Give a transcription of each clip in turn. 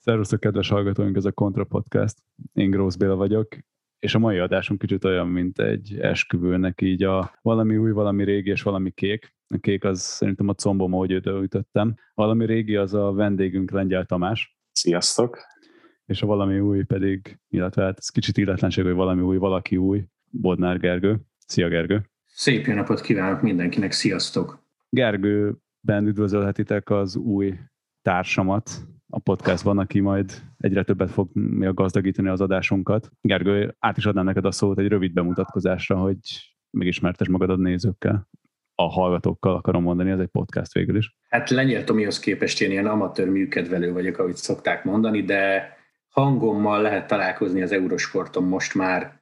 Szervusztok, kedves hallgatóink, ez a Kontra Podcast. Én Grósz Béla vagyok, és a mai adásunk kicsit olyan, mint egy esküvőnek, így a valami új, valami régi és valami kék. A kék az szerintem a combom, ahogy őt ütöttem. Valami régi az a vendégünk, Lengyel Tamás. Sziasztok! És a valami új pedig, illetve hát ez kicsit illetlenség, hogy valami új, valaki új, Bodnár Gergő. Szia, Gergő! Szép jó napot kívánok mindenkinek, sziasztok! Gergőben üdvözölhetitek az új társamat a podcastban, aki majd egyre többet fog gazdagítani az adásunkat. Gergő, át is adnám neked a szót egy rövid bemutatkozásra, hogy megismertesd magad a nézőkkel. A hallgatókkal akarom mondani, ez egy podcast végül is. Hát Lengyel Tomihoz képest én ilyen amatőr műkedvelő vagyok, ahogy szokták mondani, de hangommal lehet találkozni az Eurosporton most már.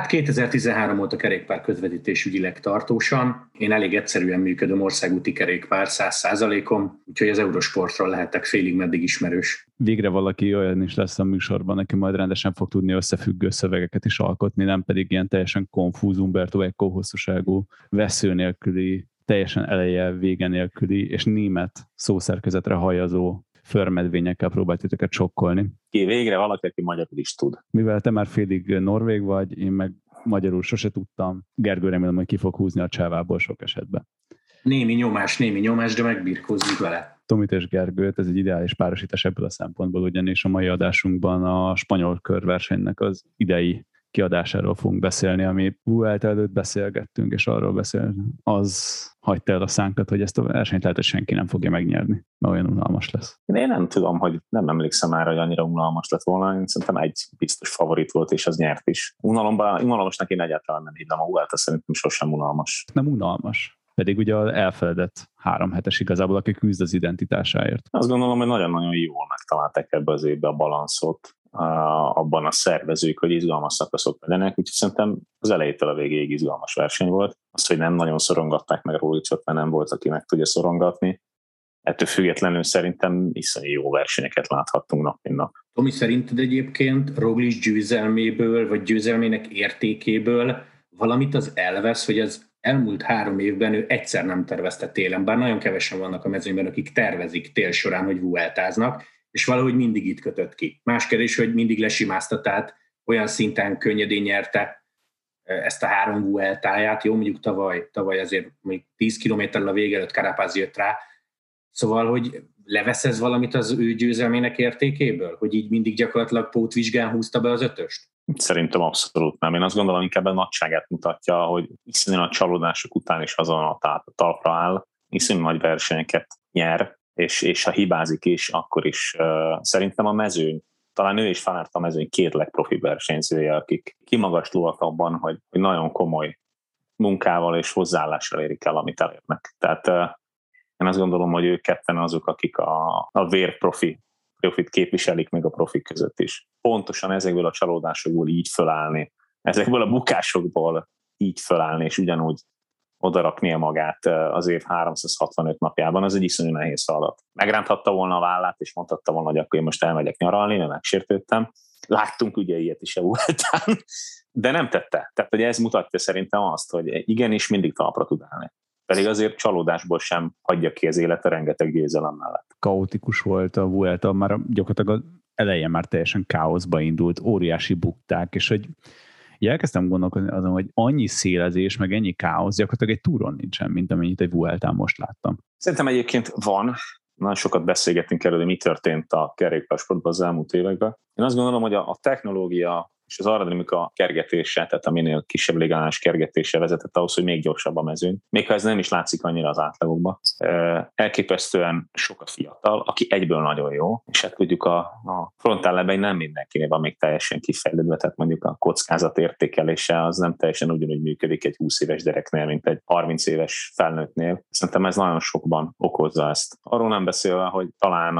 2013 óta kerékpár közvetítésügyileg tartósan. Én elég egyszerűen működöm, országúti kerékpár 100%-on, úgyhogy az Eurosportról lehetek félig meddig ismerős. Végre valaki olyan is lesz a műsorban, aki majd rendesen fog tudni összefüggő szövegeket is alkotni, nem pedig ilyen teljesen konfúz Umberto Eco hosszúságú, vesző nélküli, teljesen eleje, vége nélküli és német szószerkezetre hajazó förmedvényekkel próbált titeket sokkolni. Végre valaki, aki magyarul is tud. Mivel te már félig norvég vagy, én meg magyarul sose tudtam. Gergő, remélem, hogy ki fog húzni a csávából sok esetben. Némi nyomás, de megbirkózzuk vele. Tomit és Gergőt, ez egy ideális párosítás ebből a szempontból, ugyanis a mai adásunkban a spanyol körversenynek az idei kiadásáról fogunk beszélni, ami Vuelta előtt beszélgettünk, és arról beszélni. Az hagyta el a szánkat, hogy ezt a versenyt lehet, hogy senki nem fogja megnyerni, mert olyan unalmas lesz. Én nem tudom, hogy nem emlékszem már, hogy annyira unalmas lett volna. Én szerintem egy biztos favorit volt, és az nyert is. Unalmasnak én egyáltalán nem hiszem, a Vuelta szerintem sosem unalmas. Nem unalmas. Pedig ugye az elfeledett 3 hetes igazából, aki küzd az identitásáért. Azt gondolom, hogy nagyon-nagyon jól megtalálták ebbe az évbe a balanszot, abban a szervezők, hogy izgalmas szakaszok legyenek, úgyhogy szerintem az elejétől a végéig izgalmas verseny volt. Azt, hogy nem nagyon szorongatták meg Roglicot, mert nem volt, aki meg tudja szorongatni. Ettől függetlenül szerintem iszonyú jó versenyeket láthattunk nap mint nap. Tomi, szerinted egyébként Roglic győzelméből, vagy győzelmének értékéből valamit az elvesz, hogy az elmúlt 3 évben ő egyszer nem tervezte télen, bár nagyon kevesen vannak a mezőnyben, akik tervezik tél során, hogy vueltáznak, és valahogy mindig itt kötött ki. Más kérdés, hogy mindig lesimázta, tehát olyan szinten könnyedén nyerte ezt a 3 vueltáját. Jó, mondjuk tavaly azért mondjuk 10 kilométerrel a vége előtt Carapaz jött rá. Szóval, hogy levesz ez valamit az ő győzelmének értékéből? Hogy így mindig gyakorlatilag pótvizsgán húzta be az 5-öst? Szerintem abszolút nem. Én azt gondolom, inkább a nagyságát mutatja, hogy iszonyú nagy csalódások után is azon a talpra áll, iszonyú nagy versenyeket nyer, és ha hibázik is, akkor is szerintem a mezőny, talán ő is Van a mezőny 2 legprofi versenyzője, akik kimagaslóak abban, hogy nagyon komoly munkával és hozzáállással érik el, amit elérnek. Tehát én azt gondolom, hogy ők ketten azok, akik a vérprofit képviselik még a profik között is. Pontosan ezekből a csalódásokból így fölállni, ezekből a bukásokból így fölállni, és ugyanúgy odaraknia magát az év 365 napjában, az egy iszonyú nehéz feladat. Megránthatta volna a vállát, és mondhatta volna, hogy akkor én most elmegyek nyaralni, mert megsértődtem. Láttunk ugye ilyet is a Vueltán, de nem tette. Tehát hogy ez mutatja szerintem azt, hogy igenis mindig talpra tud állni. Pedig azért csalódásból sem hagyja ki az élete rengeteg győzelem mellett. Kaotikus volt a Vuelta, már gyakorlatilag az elején már teljesen káoszba indult, óriási bukták, és hogy elkezdtem gondolkodni azon, hogy annyi szélezés, meg ennyi káosz gyakorlatilag egy túron nincsen, mint amennyit egy Vueltán most láttam. Szerintem egyébként van. Nagyon sokat beszélgettünk erről, hogy mi történt a kerékpársportban az elmúlt években. Én azt gondolom, hogy a technológia és az aerodinamika kergetése, tehát a minél kisebb légállás kergetése vezetett ahhoz, hogy még gyorsabb a mezőny. Még ha ez nem is látszik annyira az átlagokban. Elképesztően sok a fiatal, aki egyből nagyon jó, és hát tudjuk a frontállebben nem mindenkinél van még teljesen kifejlődve, tehát mondjuk a kockázat értékelése az nem teljesen ugyanúgy működik egy 20 éves gyereknél, mint egy 30 éves felnőttnél. Szerintem ez nagyon sokban okozza ezt. Arról nem beszélve, hogy talán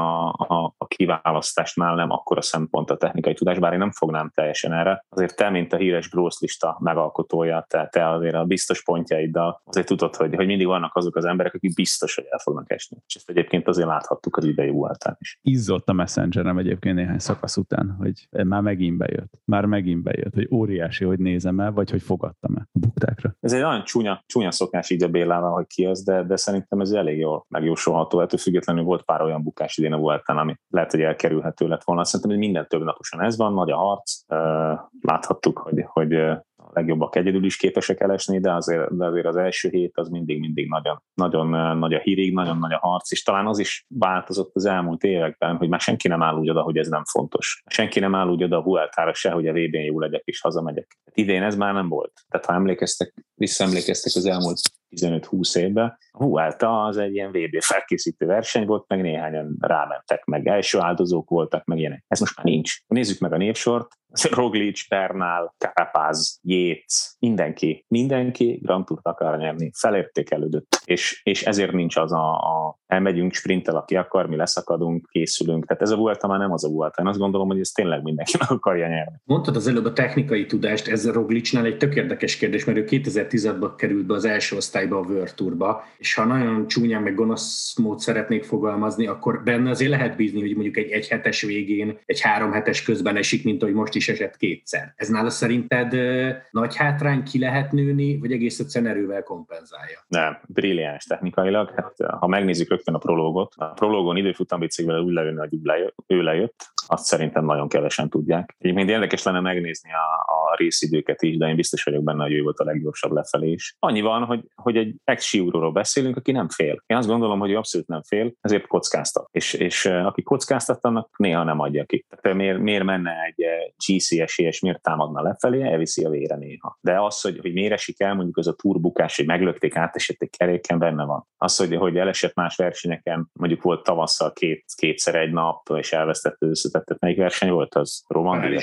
a kiválasztásnál nem akkora szempont a technikai tudás, bár én nem fognám teljesen erre. Azért te, mint a híres Grósz lista megalkotója, te azért a biztos pontjaiddal azért tudod, hogy mindig vannak azok az emberek, akik biztos, hogy el fognak esni. És ezt egyébként azért láthattuk az idei Vueltán is. Izzott a Messengerem egyébként néhány szakasz után, hogy már megint bejött, hogy óriási, hogy nézem el, vagy hogy fogadtam el a buktákra. Ez egy nagyon csúnya szokás így a Bélával, hogy ki az, de szerintem ez elég jól megjósolható. Ettől függetlenül volt pár olyan bukás idén a Vueltán, ami lehet, hogy elkerülhető lett volna. Szerintem, hogy minden több naposan ez van, nagy a harc. Láthattuk, hogy a legjobbak egyedül is képesek elesni, de azért az első hét az mindig nagyon nagy a hírig, nagyon nagy a harc, és talán az is változott az elmúlt években, hogy már senki nem áll úgy oda, hogy ez nem fontos. Senki nem áll úgy oda a Vueltára se, hogy a VB-n jó legyek és hazamegyek. Idén ez már nem volt. Tehát ha visszaemlékeztek az elmúlt 15-20 évben, a Vuelta az egy ilyen VB felkészítő verseny volt, meg néhányan rámentek, meg első áldozók voltak, meg ilyenek. Ez most már nincs. Nézzük meg a névsort. Roglic, Bernal, Carapaz, Yates, mindenki Grand Tourt akar nyerni, felértékelődött. És ezért nincs az elmegyünk, sprintel, aki akar, mi leszakadunk, készülünk. Tehát ez a Vuelta már nem az a Vuelta. Én azt gondolom, hogy ez tényleg mindenki meg akarja nyerni. Mondtad az előbb a technikai tudást, ez a Roglicnál egy tök érdekes kérdés, mert ő 2010-ben került be az első osztályba a World Tourba, és ha nagyon csúnyán meg gonosz mód szeretnék fogalmazni, akkor benne azért lehet bízni, hogy mondjuk egy 1 hetes végén, egy 3 hetes közben esik, mint ahogy most is esett 2-szer. Ez nála szerinted nagy hátrány, ki lehet nőni, vagy egész egyszerűen erővel kompenzálja? Nem, brilliáns technikailag. Hát, ha megnézzük rögtön a prológot, a prológon időfutambiciklivel úgy lejönni, hogy ő lejött, azt szerintem nagyon kevesen tudják. Egyébként érdekes lenne megnézni a részidőket is, de én biztos vagyok benne, hogy ő volt a leggyorsabb lefelé is. Annyi van, hogy egy ex-síuróról beszélünk, aki nem fél. Én azt gondolom, hogy ő abszolút nem fél, ezért kockáztat. És aki kockáztat, annak néha nem adja ki. Tehát miért menne egy GC esélyes, miért támadna lefelé, elviszi a vére néha. De az, hogy miért esik el, mondjuk az a túrbukás, hogy meglökték, átesett egy keréken, benne van. Az, hogy elesett más versenyeken, mondjuk volt tavasszal kétszer egy nap, és elvesztette összetettet. Melyik verseny volt az? Romandie,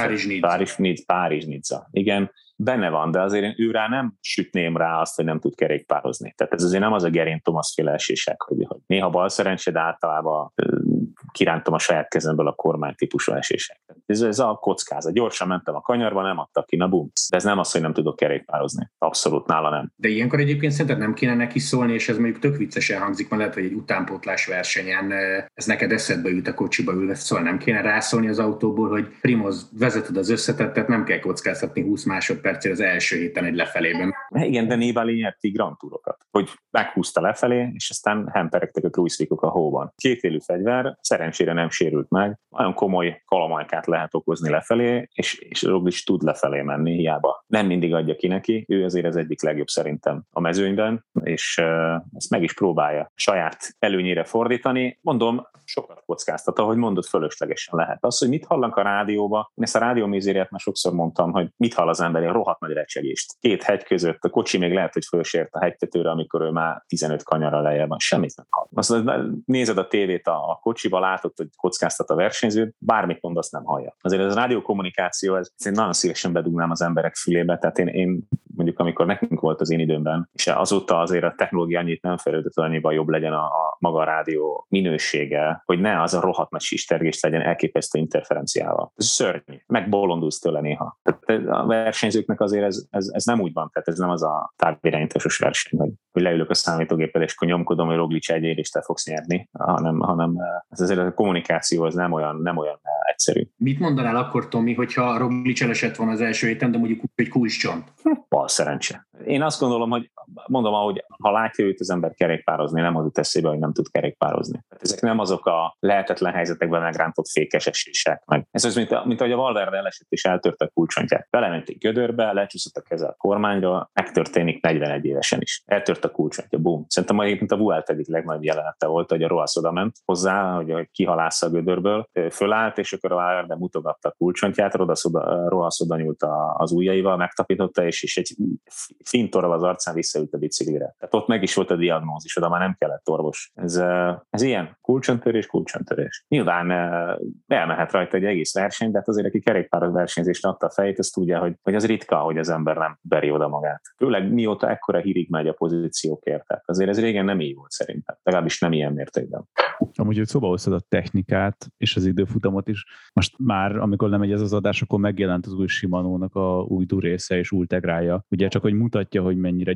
Párizs-Nizza. Igen, benne van, de azért én őrá nem sütném rá azt, hogy nem tud kerékpározni. Tehát ez azért nem az a Geraint Thomas féle esések, hogy néha bal szerencse, de általában kirántom a saját kezemből a kormány típusú esések. Ez a kockázat. Gyorsan mentem a kanyarba, nem adtak ki, na bum. De ez nem az, hogy nem tudok kerékpározni. Abszolút nála nem. De ilyenkor egyébként szerinted nem kéne neki szólni, és ez mondjuk tök viccesen hangzik, mert lehet, hogy egy utánpótlás versenyen ez neked eszedbe jut a kocsiba ülve, szóval nem kéne rászólni az autóból, hogy Primoz, vezeted az összetettet, nem kell kockáztatni 20 másodpercére az első héten egy lefelében. Igen, de Nibali nyerti Grand Tourokat, hogy meghúzta lefelé, és aztán hemperegtek a cruise-vikok a hóban. Kétélű fegyver, szerencsére nem sérült meg, nagyon komoly kalamajkát lehet okozni lefelé, és Roglic tud lefelé menni, hiába nem mindig adja ki neki, ő azért az egyik legjobb szerintem a mezőnyben, és ezt meg is próbálja saját előnyére fordítani. Mondom, sokat kockáztat, ahogy mondod, fölöslegesen lehet. Az, hogy mit hallanak a rádióba, én ezt a rádiómizériát már sokszor mondtam, hogy mit hall az ember, egy rohadt nagy recsegést. 2 hegy között, a kocsi még lehet, hogy fölsért a hegytetőre, amikor ő már 15 kanyarra lejjebb van, semmit nem hall. Azt nézed a tévét a kocsiba, látod, hogy kockáztat a versenyzőt, bármit mond, azt nem hallja. Azért ez a rádiókommunikáció, ez én nagyon szívesen bedugnám az emberek fülébe, tehát én mondjuk amikor nekünk volt az én időmben, és azóta azért a technológia annyit nem fejlődött, annyiban jobb legyen a maga a rádió minősége, hogy ne az a rohadt nagy sistergés legyen elképesztő interferenciával. Ez szörnyű, megbolondulsz tőle néha. Tehát a versenyzőknek azért ez nem úgy van, tehát ez nem az a távirányításos verseny, hogy leülök a számítógéppel, és akkor nyomkodom, hogy Roglic egyér, és te fogsz nyerni, hanem ez azért a kommunikáció az nem olyan egyszerű. Mit mondanál akkor, Tomi, hogyha Roglic elesett volna az első héten, de mondjuk úgy, hogy kulcscsont? Bal szerencse. Én azt gondolom, hogy mondom, ahogy ha látja őt az ember kerékpározni, nem az jut eszébe, hogy nem tud kerékpározni. Tehát ezek nem azok a lehetetlen helyzetekben megrántott fékes esések. Meg. Ez az, mint ahogy a Valverde elesett és eltörte a kulcsontját. Belement egy gödörbe, lecsúszott a keze a kormányra, megtörténik 41 évesen is. Eltört a kulcsontja, bum. Szerintem egyébként a Vuelta egyik legnagyobb jelenete volt, hogy a Roas oda ment hozzá, hogy kihalásza a gödörből, fölállt, és akkor a Valverde mutogatta a kulcsontját, Roas oda nyúlt az ujjaival, megtapította, és egy fintorral az arcán visszaült a biciklire. Tehát ott meg is volt a diagnózis, oda már nem kellett orvos. Ez ilyen kulcsontörés. Nyilván elmehet rajta egy egész verseny, de hát azért, aki kerékpáros versenyzést adta a fejét, az tudja, hogy az ritka, hogy az ember nem beri oda magát. Főleg mióta ekkora hírig megy a pozíciókért. Tehát azért ez régen nem így volt szerintem. Legalábbis nem ilyen mértékben. Amúgy, hogy szóba hoztad a technikát és az időfutamot is, most már, amikor nem megy ez az adás, akkor megjelent az új Shimano-nak a új Durésze és Ultegrája. Ugye csak, hogy mutatja, hogy mennyire gyors oda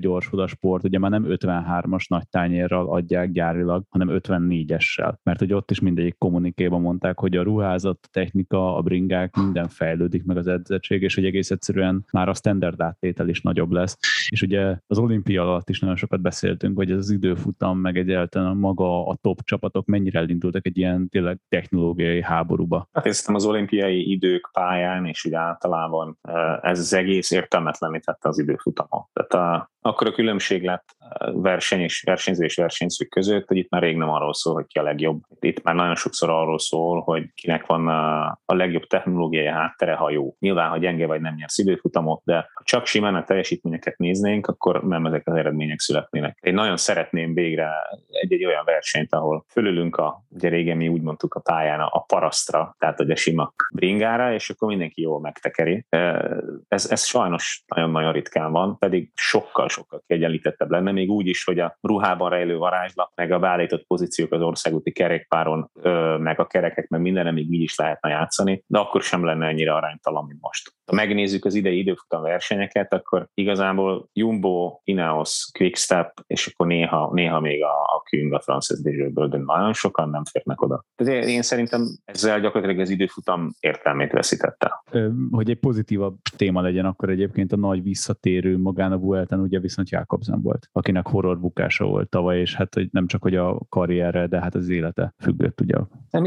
a sport, ugye már nem 53-as nagy tányérral adják gyárilag, hanem 54-essel, mert hogy ott is mindegyik kommunikéban mondták, hogy a ruházat, a technika, a bringák, minden fejlődik meg az edzettség, és hogy egész egyszerűen már a standard áttétel is nagyobb lesz. És ugye az olimpia alatt is nagyon sokat beszéltünk, hogy ez az időfutam, meg egyáltalán maga a top csapatok mennyire elindultak egy ilyen tényleg technológiai háborúba. Hát hiszem az olimpiai idők pályán, és úgy általában ez az egész értelmetlenné tette az időfutamot. Tehát akkor a különbség lett versenyző és versenyzők között, hogy itt már rég nem arról szól, hogy ki a legjobb. Itt már nagyon sokszor arról szól, hogy kinek van a legjobb technológiai háttere, ha jó. Nyilván, ha gyenge vagy nem nyersz időfutamot, de ha csak simán a teljesítményeket néznénk, akkor nem ezek az eredmények születnének. Én nagyon szeretném végre egy olyan versenyt, ahol fölülünk ugye régen mi úgy mondtuk a pályán a parasztra, tehát hogy a sima bringára, és akkor mindenki jól megtekeri. Ez sajnos nagyon-nagyon ritkán van, pedig sokkal kiegyenlítettebb lenne, még úgy is, hogy a ruhában rejlő varázslat, meg a beállított pozíciók az országúti kerékpáron, meg a kerekek, meg mindenre még így is lehetne játszani, de akkor sem lenne ennyire aránytalan, mint most. Ha megnézzük az idei időfutam versenyeket, akkor igazából Jumbo, Ineos, Quickstep, és akkor néha még a Küng, a Frances Desjardins, de nagyon sokan nem férnek oda. Tehát én szerintem ezzel gyakorlatilag az időfutam értelmét veszítette. Hogy egy pozitívabb téma legyen, akkor egyébként a nagy visszatérő magán a Vueltán ugye viszont Jakobsen volt, akinek horror bukása volt tavaly, és hát hogy nem csak hogy a karrierre, de hát az élete függött ugye.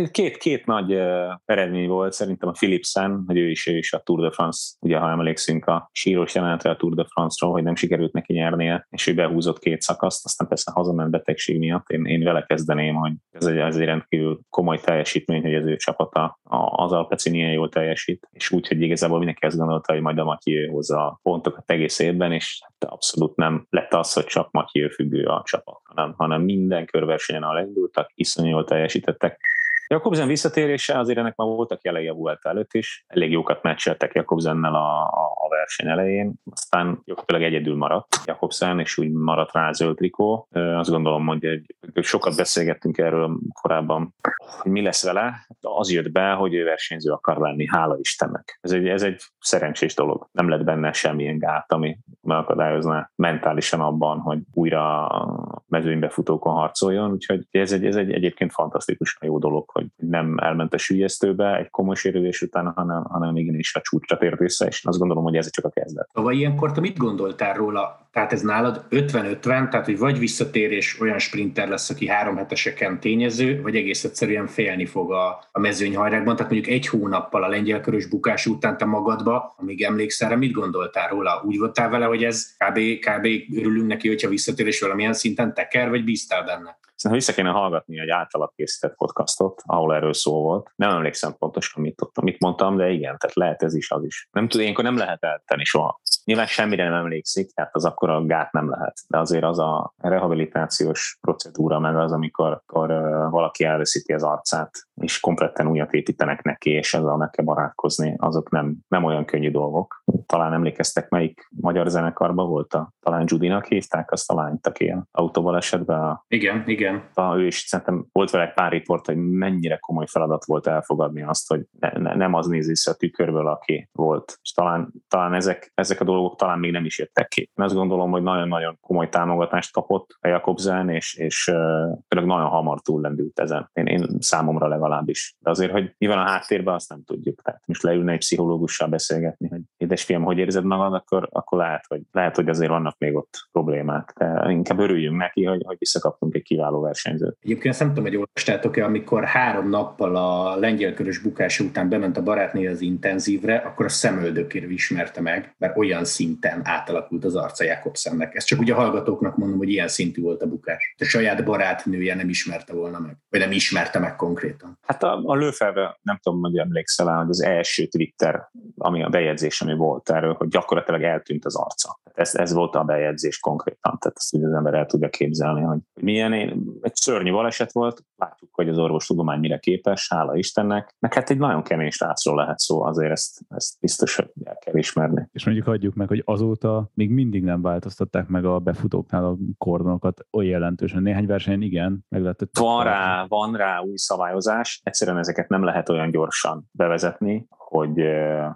Két nagy eredmény volt szerintem a Philipsen, hogy ő is a Tour de France, ugye ha emlékszünk a síros jelenetre a Tour de France-ról, hogy nem sikerült neki nyernie, és ő behúzott 2 szakaszt, aztán persze hazament betegség miatt. Én vele kezdeném, hogy ez egy rendkívül komoly teljesítmény, hogy az ő csapata az Alpecin ilyen jól teljesít, és úgy, hogy igazából mindenki azt gondolta, hogy majd a Mathieu hozza a pontokat egész évben, és abszolút nem lett az, hogy csak Mathieu függő a csapat, hanem minden körversenyen, ahol elindultak, iszonyú jól teljesítettek. Jakobsen visszatérése, azért ennek már voltak jelei a Vuelta előtt is, elég jókat meccseltek Jakobsennel a verseny elején, aztán gyakorlatilag egyedül maradt Jakobsen, és úgy maradt rá a zöld trikó. Azt gondolom, hogy sokat beszélgettünk erről korábban, hogy mi lesz vele. Az jött be, hogy ő versenyző akar lenni, hála Istennek. Ez egy szerencsés dolog. Nem lett benne semmilyen gát, ami megakadályozná mentálisan abban, hogy újra mezőnybe futókon harcoljon, úgyhogy ez egy egyébként fantasztikusan jó dolog, hogy nem elment a süllyesztőbe egy komoly sérülés után, hanem igenis a csúcsra tért vissza, és azt gondolom, hogy ez csak a kezdet. Szóval ilyenkor te mit gondoltál róla? Tehát ez nálad 50-50, tehát hogy vagy visszatérés olyan sprinter lesz, aki 3 heteseken tényező, vagy egész egyszerűen félni fog a mezőnyhajrákban, tehát mondjuk 1 hónappal a lengyelkörös bukás után te magadba, amíg emlékszel, mit gondoltál róla? Úgy voltál vele, hogy ez kb. Örülünk neki, hogyha visszatérés valamilyen szinten teker, vagy bíztál benne? Szerintem vissza kéne hallgatni egy általad készített podcastot, ahol erről szó volt. Nem emlékszem pontosan, mit mondtam, de igen, tehát lehet ez is, az is. Nem tudom, ilyenkor nem lehet eltenni soha. Nyilván semmire nem emlékszik, tehát az akkor a gát nem lehet. De azért az a rehabilitációs procedúra, meg az, amikor valaki elveszíti az arcát, és kompletten újat építenek neki, és ezzel meg kell barátkozni, azok nem olyan könnyű dolgok. Talán emlékeztek, melyik magyar zenekarban volt? Talán Judynak hívták azt a lányt, aki ilyen autóbalesetben. Igen. Ő is szerintem volt vele pár riport, hogy mennyire komoly feladat volt elfogadni azt, hogy nem az néz vissza a tükörből, aki volt. És talán ezek a dolgok talán még nem is jöttek ki. Én azt gondolom, hogy nagyon-nagyon komoly támogatást kapott a Jakobsen, és tényleg nagyon hamar túllendült ezen. Én számomra legalábbis. De azért, hogy mi van a háttérben, azt nem tudjuk. Tehát most leülne egy pszichológussal beszélgetni, hogy édesfiam, hogy érzed magad, akkor lehet, hogy azért vannak még ott problémák. De inkább örüljünk neki, hogy visszakaptunk egy kiváló versenyzőt. Egyébként ezt nem tudom, hogy olvastátok-e, amikor 3 nappal a lengyelkörös bukása után bement a barátné az intenzívre, akkor a szemöldökéről ismerte meg, mert olyan szinten átalakult az arca Jakobsennek. Ezt csak ugye a hallgatóknak mondom, hogy ilyen szintű volt a bukás. A saját barátnője nem ismerte volna meg, vagy nem ismerte meg konkrétan. Hát a lőfelve nem tudom, hogy emlékszel, hogy az első Twitter, ami a bejegyzés, ami volt erről, hogy gyakorlatilag eltűnt az arca. Ez volt a bejegyzés konkrétan, tehát ezt az ember el tudja képzelni, hogy milyen egy szörnyű baleset volt, látjuk, hogy az orvostudomány mire képes, hála Istennek, meg hát egy nagyon kemény srácról lehet szó, azért ezt biztos, hogy el kell ismerni. És mondjuk adjuk meg, hogy azóta még mindig nem változtatták meg a befutóknál a kordonokat olyan jelentősen. Néhány versenyen igen, meg lehetett. Van rá új szabályozás, egyszerűen ezeket nem lehet olyan gyorsan bevezetni, hogy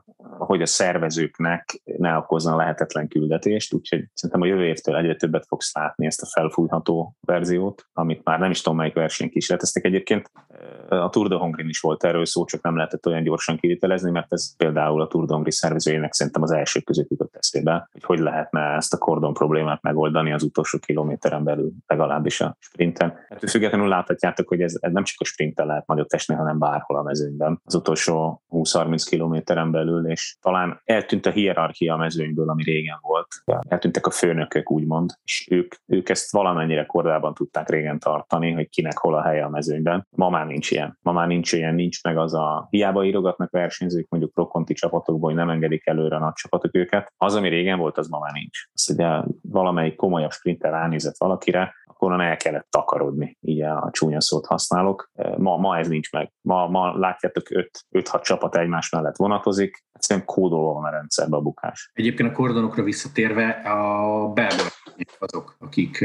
hogy a szervezőknek ne okozna lehetetlen küldetést, úgyhogy szerintem a jövő évtől egyre többet fogsz látni ezt a felfújható verziót, amit már nem is tudom, melyik versenyen kísérleteztek. Egyébként a Tour de Hongrin is volt erről szó, csak nem lehetett olyan gyorsan kivitelezni, mert ez például a Tour de Hongri szervezőjének szerintem az első között jutott eszébe, hogy lehetne ezt a kordon problémát megoldani az utolsó kilométeren belül, legalábbis a sprinten. Ettől függetlenül láthatjátok, hogy ez nem csak a sprinten lehet nagyot esni, hanem bárhol a mezőnyben. Az utolsó 20-30 kilométeren belül, és talán eltűnt a hierarchia a mezőnyből, ami régen volt. Eltűntek a főnökök, úgymond, és ők ezt valamennyire kordában tudták régen tartani, hogy kinek hol a helye a mezőnyben. Ma már nincs ilyen. Nincs meg az a hiába írogatnak versenyzők, mondjuk pro-conti csapatokból, hogy nem engedik előre a nagy csapatok őket. Az, ami régen volt, az ma már nincs. Azt ugye valamelyik komolyabb sprinter ránézett valakire, akkor el kellett takarodni, így a csúnya szót használok. Ma ez nincs meg. Ma látjátok 5-6 csapat egymás mellett vonatozik, egyszerűen kódolva van a rendszerbe a bukás. Egyébként a kordonokra visszatérve a belga azok,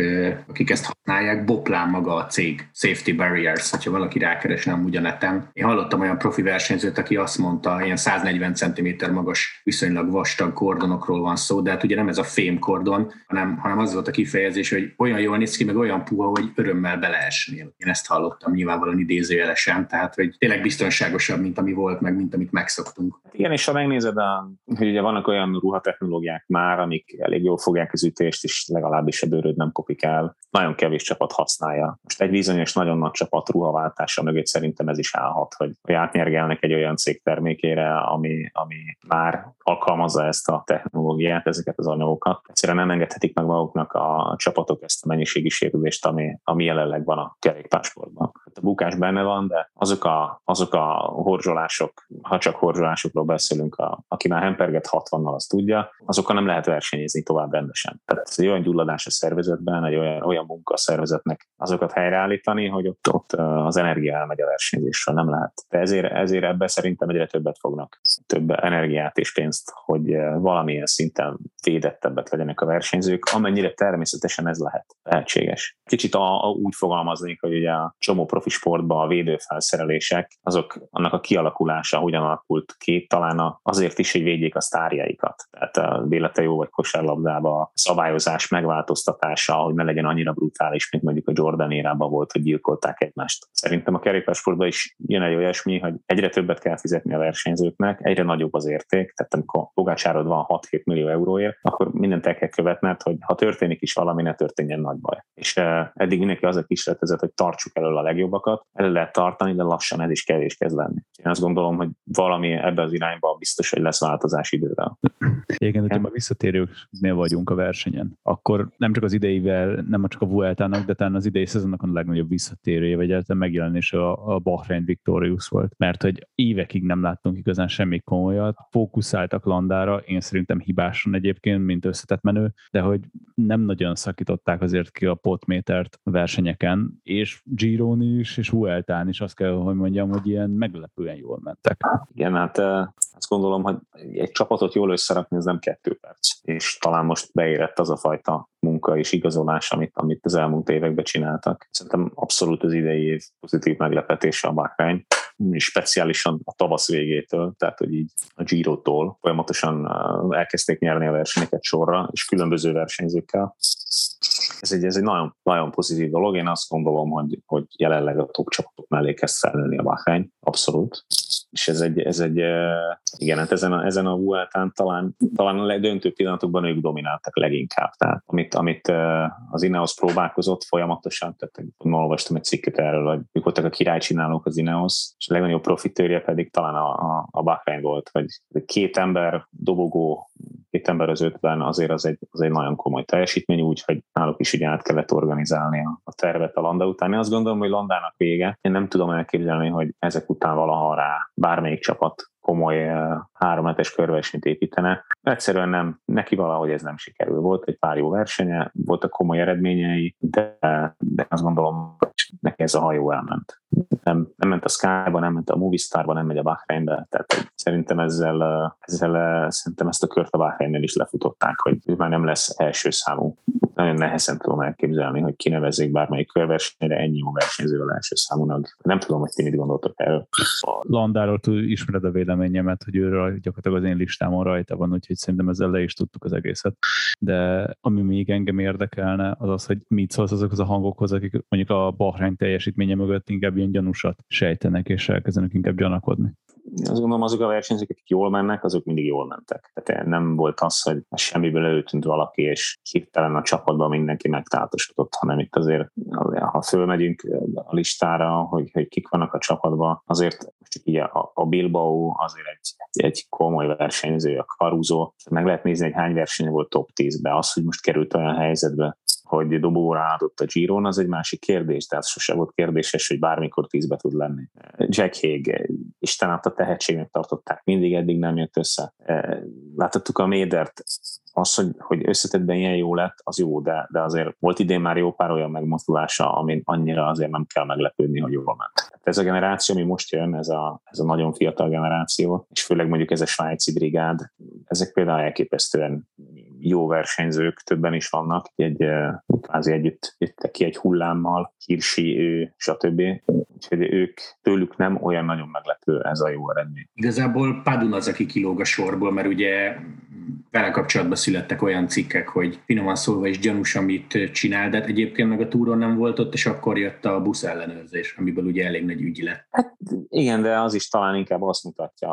akik ezt használják, Boplán maga a cég, Safety Barriers, hogyha valaki rákeresne amúgy a neten. Én hallottam olyan profi versenyzőt, aki azt mondta, ilyen 140 cm magas, viszonylag vastag kordonokról van szó, de hát ugye nem ez a fém kordon, hanem az volt a kifejezés, hogy olyan jól néz ki, meg olyan puha, hogy örömmel beleesnél. Én ezt hallottam nyilvánvalóan idézőjelesen, tehát hogy tényleg biztonságosabb, mint ami volt, meg mint amit megszoktunk. Igen, és ha megnézed, hogy ugye vannak olyan ruhatechnológiák már, amik elég jól fogják az ütést, és legalábbis a bőröd nem kopik el. Nagyon kevés csapat használja. Most egy bizonyos nagyon nagy csapat ruhaváltása mögött szerintem ez is állhat, hogy átnyergelnek egy olyan cég termékére, ami már alkalmazza ezt a technológiát, ezeket az anyagokat. Egyszerűen nem engedhetik meg maguknak a csapatok ezt a mennyiségi sérülést, ami jelenleg van a kerékpársportban. A bukás benne van, de azok a horzsolások, ha csak horzsolásokról beszélünk, aki már hemperget 60-nal, azt tudja, azokkal nem lehet versenyezni tovább rendesen. Tehát ez egy olyan gyulladás a szervezetben, egy olyan munka a szervezetnek azokat helyreállítani, hogy ott az energia elmegy a versenyzésről, nem lehet. De ezért ebben szerintem egyre többet fognak, több energiát és pénzt, hogy valamilyen szinten védettebbek legyenek a versenyzők, amennyire természetesen ez lehetséges. Kicsit úgy fogalmaznék, hogy ugye a csomó profi sportban a védőfelszerelések, annak a kialakulása hogyan alakult ki, talán azért is, hogy védjék a sztárjaikat. Tehát a véletlen jó vagy kosárlabdában a szabályozás megváltoztatása, hogy ne legyen annyira brutális, mint mondjuk a Jordan érában volt, hogy gyilkolták egymást. Szerintem a kerékpársportban is jön egy olyasmi, hogy egyre többet kell fizetni a versenyzőknek, egyre nagyobb az érték, tehát amikor Pogacsárod van 6-7 millió euróért, akkor mindent el kell követned, hogy ha történik is valami, ne történjen nagy baj. És eddig mindenki az a kísérletezett, hogy tartsuk elől a legjobbakat, el lehet tartani, de lassan ez is kevés kezd lenni. Én azt gondolom, hogy valami ebbe az irányba biztos, hogy lesz változás idővel. Igen, hogyha már visszatérőknél vagyunk a versenyen, akkor nem csak az ideivel, nem csak a Vueltának, de talán az idei szezonnak a legnagyobb visszatérője, vagy egyáltalán megjelenés a Bahrein Victorious volt. Mert hogy évekig nem láttunk igazán semmi komolyat, fókuszáltak Landára, én szerintem hibásan egyébként, mint összetett menő, de hogy nem nagyon szakították azért ki a potmétert a versenyeken, és Giron is, és Vueltán is azt kell, hogy mondjam, hogy ilyen meglepően jól mentek. Igen, hát azt gondolom, hogy egy csapatot jól összerakni, ez nem 2 perc. És talán most beérett az a fajta munka és igazolás, amit az elmúlt években csináltak. Szerintem abszolút az idei év pozitív meglepetése a Bahrein, és speciálisan a tavasz végétől, tehát hogy így a Girotól folyamatosan elkezdték nyerni a versenyeket sorra, és különböző versenyzőkkel. Ez egy nagyon, nagyon pozitív dolog. Én azt gondolom, hogy jelenleg a top csapatok mellé kezd felnőni a Bahrein. Abszolút. És ez egy igen, hát ezen a Vueltán talán a döntő pillanatokban ők domináltak leginkább. Tehát amit az Ineos próbálkozott folyamatosan, tehát olvastam egy cikket erről, hogy ők voltak a királycsinálók az Ineos, és a legnagyobb profitőrje pedig talán a Bahrein volt, hogy 2 ember dobogó, 2 ember az 5-ben azért az egy nagyon komoly teljesítmény, úgyhogy náluk is ugye át kellett organizálni a tervet a Landa után. Én azt gondolom, hogy Landának vége. Én nem tudom elképzelni, hogy ezek után valaha rá bármelyik csapat komoly 3 hetes körversenyt építene. Egyszerűen nem, neki valahogy ez nem sikerül. Volt egy pár jó versenye, voltak komoly eredményei, de azt gondolom, hogy neki ez a hajó elment. Nem ment a Sky-ba, nem ment a Movistar-ba, nem megy a Bahreinbe, tehát szerintem ezzel szerintem ezt a kört a Bahreinnél is lefutották, hogy ő már nem lesz első számú nagyon nehezen tudom elképzelni, hogy kinevezzék bármelyik körversenyre ennyi jó versenyzővel első számúnak. Nem tudom, hogy ti mit gondoltok erről. Landáról ismered a véleményemet, hogy őről gyakorlatilag az én listámon rajta van, úgyhogy szerintem ezzel le is tudtuk az egészet. De ami még engem érdekelne, az az, hogy mit szólsz azokhoz a hangokhoz, akik mondjuk a Bahrein teljesítménye mögött inkább ilyen gyanúsat sejtenek, és elkezdenek inkább gyanakodni. Azt gondolom, azok a versenyzők, akik jól mennek, azok mindig jól mentek. Tehát nem volt az, hogy semmiből előtűnt valaki, és hirtelen a csapatban mindenki megtáltosodott, hanem itt azért, ha fölmegyünk a listára, hogy kik vannak a csapatban, azért csak így a Bilbao azért egy komoly versenyző, a Caruso, meg lehet nézni, hogy hány verseny volt top 10-be. Az, hogy most került olyan helyzetbe, hogy dobóra álltott a Giron, az egy másik kérdés, tehát sose volt kérdéses, hogy bármikor 10-be tud lenni. Jack Hague, Isten adta tehetségnek tartották, mindig eddig nem jött össze. Láthattuk a Médert, az, hogy összetettben ilyen jó lett, az jó, de azért volt idén már jó pár olyan megmozdulása, amin annyira azért nem kell meglepődni, hogy jól ment. Tehát ez a generáció, ami most jön, ez a nagyon fiatal generáció, és főleg mondjuk ez a svájci brigád, ezek például elképesztően jó versenyzők, többen is vannak, kvázi együtt jöttek ki egy hullámmal, Hirschi, ő, stb. Úgyhogy tőlük nem olyan nagyon meglepő ez a jó eredmény. Igazából Padun az, aki kilóg a sorból, mert ugye vele kapcsolatban születtek olyan cikkek, hogy finoman szólva is gyanús, amit csinál, de egyébként meg a túron nem volt ott, és akkor jött a busz ellenőrzés, amiből ugye elég nagy ügy lett. Hát igen, de az is talán inkább azt mutatja,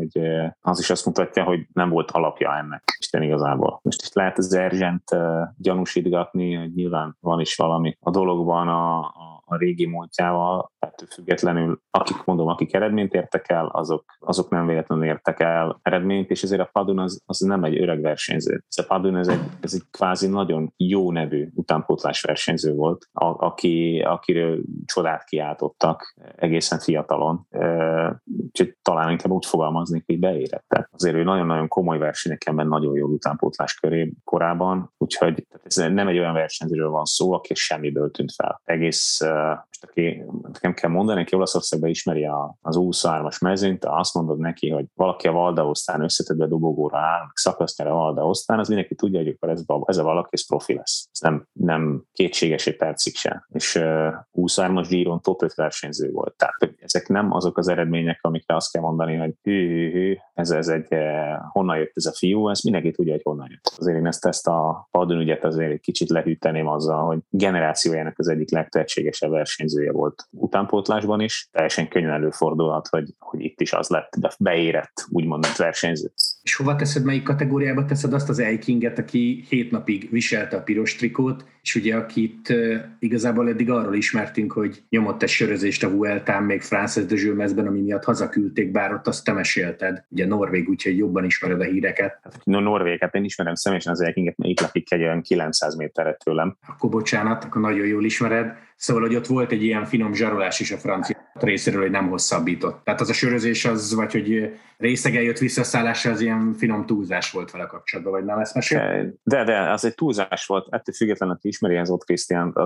hogy nem volt alapja ennek Isten igazából. Most is lehet az Erzsent gyanúsítgatni, hogy nyilván van is valami a dologban a régi múltjával, ettől függetlenül, akik eredményt értek el, azok nem véletlenül értek el eredményt, és ezért a Padun az nem egy öreg versenyző. Ez a Padun ez egy kvázi nagyon jó nevű utánpótlás versenyző volt, akiről csodát kiáltottak egészen fiatalon. Úgyhogy talán inkább úgy fogalmaznék, hogy beérette. Azért ő nagyon-nagyon komoly versenyeken ment nagyon jó utánpótlás korában, úgyhogy ez nem egy olyan versenyzőről van szó, aki semmiből tűnt fel. Egész most aki nem kell mondani, aki Olaszországban ismeri az U23-as mezőnyt, azt mondod neki, hogy valaki a Valdaosztán összetettbe dobogóra áll, szakasztjára a Valdaosztán, az mindenki tudja, hogy akkor ez a valaki, ez profi lesz. Ez nem kétséges egy percig sem. És U23-as Giron top 5 versenyző volt. Tehát ezek nem azok az eredmények, amikre azt kell mondani, hogy ez egy honnan jött ez a fiú, ez mindenki tudja, hogy honnan jött. Azért én ezt a Padun ügyet azért egy kicsit lehűteném azzal, hogy generációjának az egyik legtehetségesebb versenyzője volt utánpótlásban is. Teljesen könnyen előfordulhat, hogy itt is az lett, de beérett, úgymond versenyző. És hova teszed, melyik kategóriába teszed azt az Eikinget, aki 7 napig viselte a piros trikót, és ugye akit igazából eddig arról ismertünk, hogy nyomott egy sörözést a Vueltán még Frances de Jeunesben, ami miatt hazaküldték, bár ott azt te mesélted, ugye Norvég, úgyhogy jobban ismered a híreket. Norvég, hát én ismerem személyesen az Eikinget, mert itt lakik egy olyan 900 méterre tőlem. Akkor bocsánat, akkor nagyon jól ismered. Szóval, hogy ott volt egy ilyen finom zsarolás is a francia részéről, hogy nem hosszabbított. Tehát az a sörözés az, vagy hogy részegen jött visszaszállása, az ilyen finom túlzás volt vele kapcsolatban, vagy nem ezt mesél? De, az egy túlzás volt. Ettől függetlenül, aki ismeri az Ott Krisztiánt,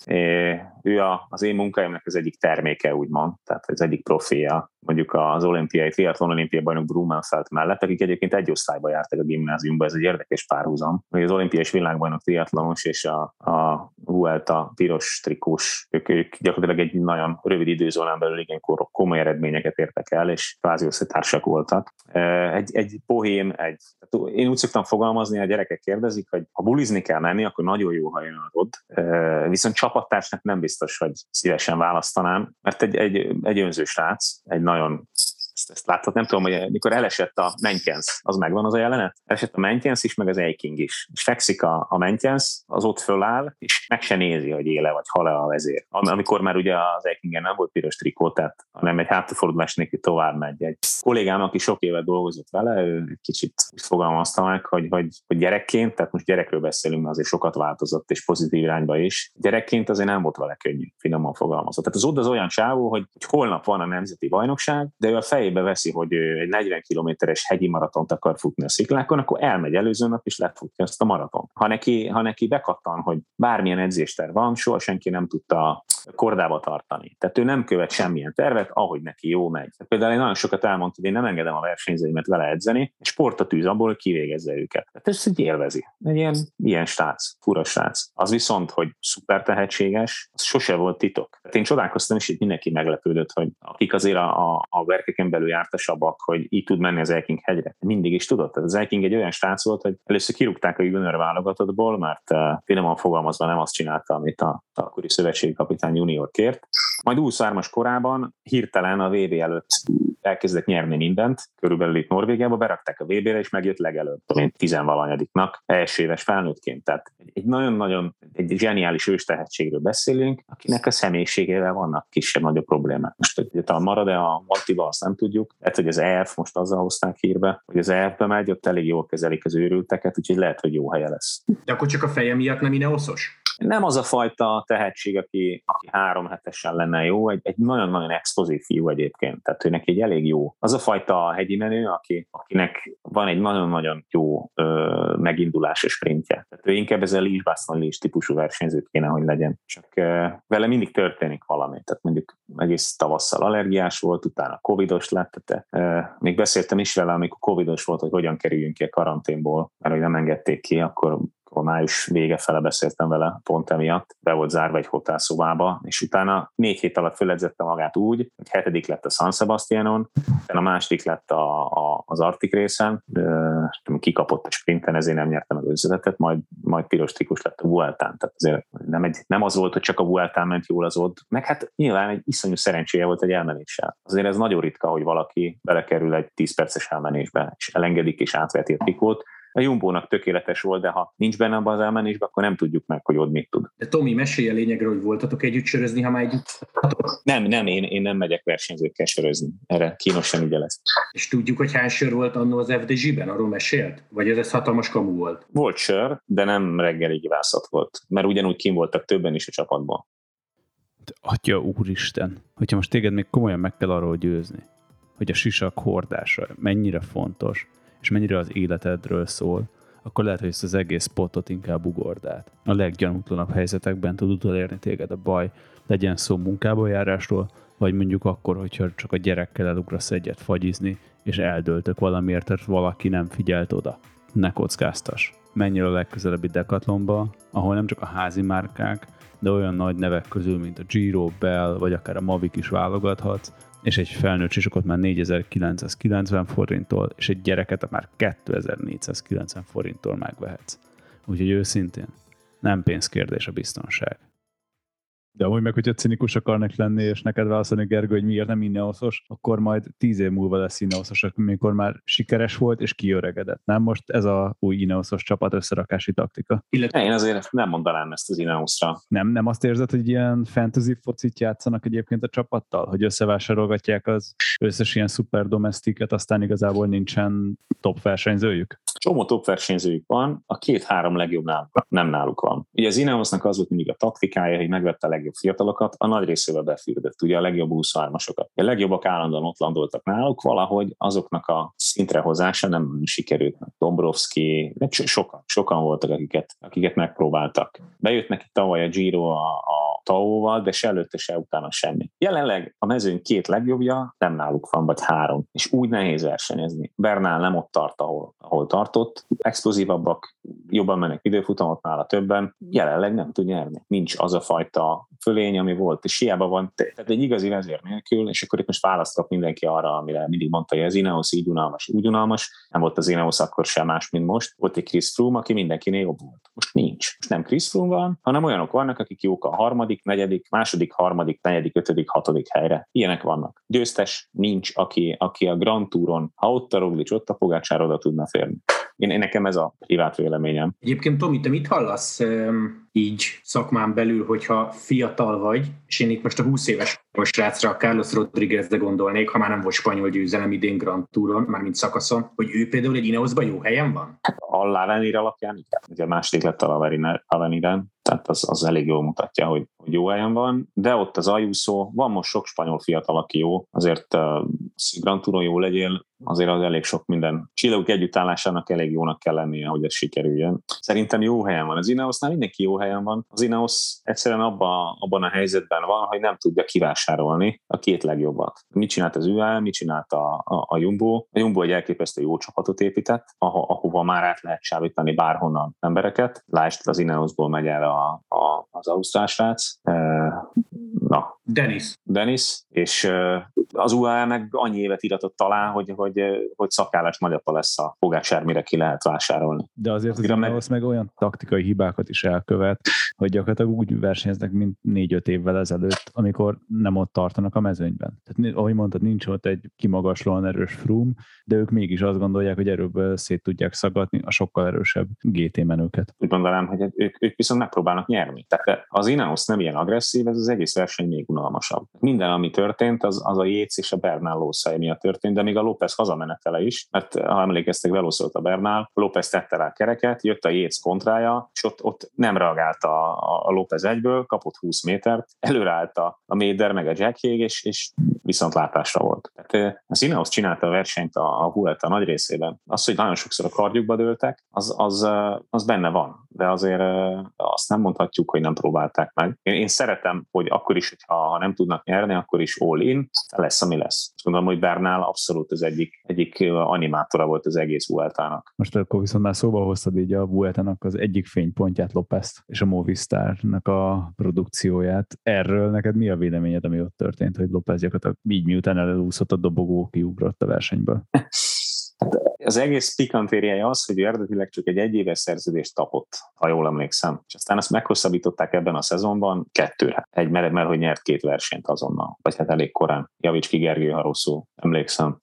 ő az én munkáimnak az egyik terméke, úgymond, tehát az egyik profilja, mondjuk az triatlon olimpiai bajnok Blumenfeld mellett, akik egyébként egy osztályba jártak a gimnáziumba, ez egy érdekes párhuzam, hogy az olimpiai és világbajnok triatlonos és a Vuelta piros trikós, ők gyakorlatilag egy nagyon rövid időzónán belül igen komoly eredményeket értek el, és kvázi összetársak voltak. Egy bohém, én úgy szoktam fogalmazni, a gyerekek kérdezik, hogy ha bulizni kell menni, akkor nagyon jó, ha jön a ROD. Viszont csapattársnak nem biztos, hogy szívesen választanám, mert egy önző srác, egy nagyon, ezt láthat, nem tudom, hogy mikor elesett a Menkens, az megvan az a jelenet? Elesett a Menkens is, meg az Eiking is. És fekszik a Menkens, az ott föláll, és meg se nézi, hogy éle vagy hal-e a vezér. Amikor már ugye az Eikingen nem volt piros trikó, tehát hanem egy hátrafordulás nélkül tovább megy. Egy kollégám, aki sok évet dolgozott vele, ő egy kicsit fogalmazta meg, hogy gyerekként, tehát most gyerekről beszélünk, mert azért sokat változott, és pozitív irányba is. Gyerekként azért nem volt vele könnyű, finoman fogalmazott. Tehát az Odd az olyan csávó, hogy holnap van a nemzeti bajnokság, de ő a fejébe veszi, hogy ő egy 40 kilométeres hegyi maratont akar futni a sziklákon, akkor elmegy előző nap, és lefutja ezt a maratont. Ha neki bekattan, hogy bármilyen edzésterv van, soha senki nem tudta kordába tartani. Tehát ő nem követ semmilyen tervet, követ, ahogy neki jó megy. Például én nagyon sokat elmondtam, hogy én nem engedem a versenyzőimet vele edzeni, és sportot abból, hogy kivégezze őket. Tehát ezt így élvezi. Egy ilyen srác, fura srác. Az viszont, hogy szuper tehetséges, az sose volt titok. Tehát én csodálkoztam, és itt mindenki meglepődött, hogy akik azért a verkeken belül jártasabbak, hogy így tud menni az Elking hegyre. Mindig is tudott. Tehát az Elking egy olyan srác volt, hogy először kirúgták a junior válogatottból, mert finoman fogalmazva nem azt csinálta, amit a akkori szövetségi kapitány junior kért. Majd 23-as korában hirtelen a VB előtt elkezdett nyerni mindent, körülbelül itt Norvégiába, berakták a VB-re, és megjött legelőtt, mint 10-valahanyadiknak, első éves felnőttként. Tehát egy nagyon-nagyon egy zseniális ős tehetségről beszélünk, akinek a személyiségével vannak kisebb-nagyobb problémák. Most, hogy talán marad-e a Mattiba, azt nem tudjuk. Lehet, hogy az EF most azzal hozták hírbe, hogy az EF-be megy, ott elég jól kezelik az őrülteket, úgyhogy lehet, hogy jó helye lesz. De akkor csak a feje miatt nem Ineosos? Nem az a fajta tehetség, aki 3 hetesen lenne jó, egy nagyon-nagyon explozív fiú egyébként, tehát ő neki egy elég jó. Az a fajta hegyi menő, akinek van egy nagyon-nagyon jó megindulásos sprintje. Tehát ő inkább ez a Liège-Bastogne-Liège típusú versenyző kéne, hogy legyen. Csak vele mindig történik valami. Tehát mondjuk egész tavasszal allergiás volt, utána covidos lett. Még beszéltem is vele, amikor covidos volt, hogy hogyan kerüljünk ki a karanténból, mert hogy nem engedték ki, akkor május vége fele beszéltem vele pont emiatt, be volt zárva egy hotelszobába, és utána 4 hét alatt föledzette magát úgy, hogy 7. lett a San Sebastianon, a második lett az Arctic részen, kikapott a sprinten, ezért nem nyerte meg az majd piros trikus lett a Vueltán. Tehát azért nem az volt, hogy csak a Vueltán ment jól az ott, meg hát nyilván egy iszonyú szerencséje volt egy elmenéssel. Azért ez nagyon ritka, hogy valaki belekerül egy 10 perces elmenésbe, és elengedik és átveti a trikót. A Jumbónak tökéletes volt, de ha nincs benne abban az elmenésben, akkor nem tudjuk meg, hogy ott mit tud. De Tomi, mesélj a lényegről, hogy voltatok együtt sörözni, ha már együtt. Nem, én nem megyek versenyzőkkel sörözni. Erre kínosan ügye lesz. És tudjuk, hogy hány sör volt annó az FDZ-ben, arról mesélt? Vagy ez hatalmas kamu volt? Volt sör, de nem reggeli gyászat volt, mert ugyanúgy kim voltak többen is a csapatban. Atya úristen, hogyha most téged még komolyan meg kell arról győzni, hogy a sisak hordása mennyire fontos, és mennyire az életedről szól, akkor lehet, hogy ezt az egész spotot inkább ugord át. A leggyanútlanabb helyzetekben tud utolérni téged a baj, legyen szó munkába járásról, vagy mondjuk akkor, hogyha csak a gyerekkel elugrasz egyet fagyizni, és eldöltök valamiért, tehát valaki nem figyelt oda. Ne kockáztass. Menj el a legközelebbi Decathlonba, ahol nem csak a házi márkák, de olyan nagy nevek közül, mint a Giro, Bell, vagy akár a Mavic is válogathatsz, és egy felnőtt sisakot már 4990 forinttól, és egy gyereket már 2490 forinttól megvehetsz. Úgyhogy őszintén, nem pénzkérdés a biztonság. De amúgy meg, hogyha cinikus akarnak lenni, és neked válaszolni, Gergő, hogy miért nem Ineosos, akkor majd 10 év múlva lesz Ineosos, amikor már sikeres volt, és kiöregedett. Nem most ez a új Ineosos csapat összerakási taktika? Én azért nem mondanám ezt az Ineosra. Nem azt érzed, hogy ilyen fantasy focit játszanak egyébként a csapattal? Hogy összevásárolgatják az összes ilyen szuper domestiket, aztán igazából nincsen top versenyzőjük? Csomó top versenyzőjük van, a 2-3 legjobb nem náluk van. Ugye az Ineosnak az volt mindig a taktikája, hogy megvette a legjobb fiatalokat, a nagy részével befürdött, ugye a legjobb 23-asokat. A legjobbak állandóan ott landoltak náluk, valahogy azoknak a szintre hozása nem sikerült. Dombrovski, sokan voltak, akiket megpróbáltak. Bejött neki tavaly a Giro a Taóval, de se előtte, se utána semmi. Jelenleg a mezőn 2 legjobbja nem náluk van, vagy 3, és úgy nehéz versenyezni. Bernal nem ott tart, ahol tartott, explozívabbak, jobban mennek időfutamot nála többen, jelenleg nem tud nyerni. Nincs az a fajta fölény, ami volt, és hiába van, tehát egy igazi vezér nélkül, és akkor itt most választ kap mindenki arra, amire mindig mondta, hogy az Ineos így unalmas, úgy unalmas, nem volt az Ineos akkor sem más, mint most, volt egy Chris Froome, aki mindenkinél jobb volt. Most nincs. Most nem Chris Froome van, hanem olyanok vannak, akik jók a 3., 4., 2., 3., 4., 5., 6. helyre. Ilyenek vannak. Győztes nincs, aki a Grand Touron, ha ott a Roglic, ott a Pogačar, oda tudna férni. Én nekem ez a privát véleményem. Egyébként, Tomi, te mit hallasz így szakmán belül, hogyha fiatal vagy, és én itt most a 20 éves srácra, a Carlos Rodriguezre gondolnék, ha már nem volt spanyol győzelem idén Grand Touron, mármint szakaszon, hogy ő például egy Ineosban jó helyen van? A L'Avenir alapján, ugye a második lett a L'Aveniren, tehát az elég jól mutatja, hogy jó helyen van, de ott az Ayuso, van most sok spanyol fiatal, aki jó, azért Grand Touron jó legyél, azért az elég sok minden. Csillagok együttállásának elég jónak kell lennie, hogy ez sikerüljön. Szerintem jó helyen van. Az Ineosnál mindenki jó helyen van. Az Ineos egyszerűen abban a helyzetben van, hogy nem tudja kivásárolni a két legjobbat. Mit csinált az UAE, mit csinált a Jumbo? A Jumbo egy elképesztő jó csapatot épített, ahova már át lehet sávítani bárhonnan embereket. Lásd, az Ineosból megy el az ausztrál srác. Dennis, és az UAE meg annyi évet iratott talán, hogy szakállas nagyapa lesz a Pogačar, mire ki lehet vásárolni. De azért az Ineos meg olyan taktikai hibákat is elkövet, hogy gyakorlatilag úgy versenyeznek, mint 4-5 évvel ezelőtt, amikor nem ott tartanak a mezőnyben. Tehát, ahogy mondtad, nincs ott egy kimagaslóan erős Froome, de ők mégis azt gondolják, hogy erőből szét tudják szaggatni a sokkal erősebb GT menőket. Úgy mondanám, hogy ők viszont megpróbálnak nyerni. Tehát az Ineos nem ilyen agresszív, ez az egész verseny még unalmasabb. Minden, ami történt, az a Yates és a Bernal lószai miatt történt, de még a López hazamenetele is, mert ha emlékeztek, velószolt a Bernal, López tette rá a kereket, jött a Yates kontrája, és ott nem reagált a López egyből, kapott 20 métert, előreállt a Méder meg a Jack Hague, és viszontlátásra volt. Tehát az Ineos csinálta a versenyt a Vuelta nagy részében. Az, hogy nagyon sokszor a kardjukba dőltek, az benne van, de azért azt nem mondhatjuk, hogy nem próbálták meg. Én szeretem, hogy akkor is, ha nem tudnak nyerni, akkor is all in, lesz, ami lesz. Azt gondolom, hogy Bernal abszolút az egyik animátora volt az egész Vueltának. Most akkor viszont már szóba hoztad így a Vueltának az egyik fénypontját, Lopezt, és a Movistarnak a produkcióját. Erről neked mi a véleményed, ami ott történt, hogy Lopez gyakorlatilag így miután elúszott a dobogó, kiugrott a versenyből? Az egész pikantériája az, hogy eredetileg csak egy egyéves szerződést kapott, ha jól emlékszem. És aztán azt meghosszabbították ebben a szezonban 2-re. Mert hogy nyert 2 versenyt azonnal. Vagy hát elég korán. Javíts ki, Gergő, ha rosszul emlékszem.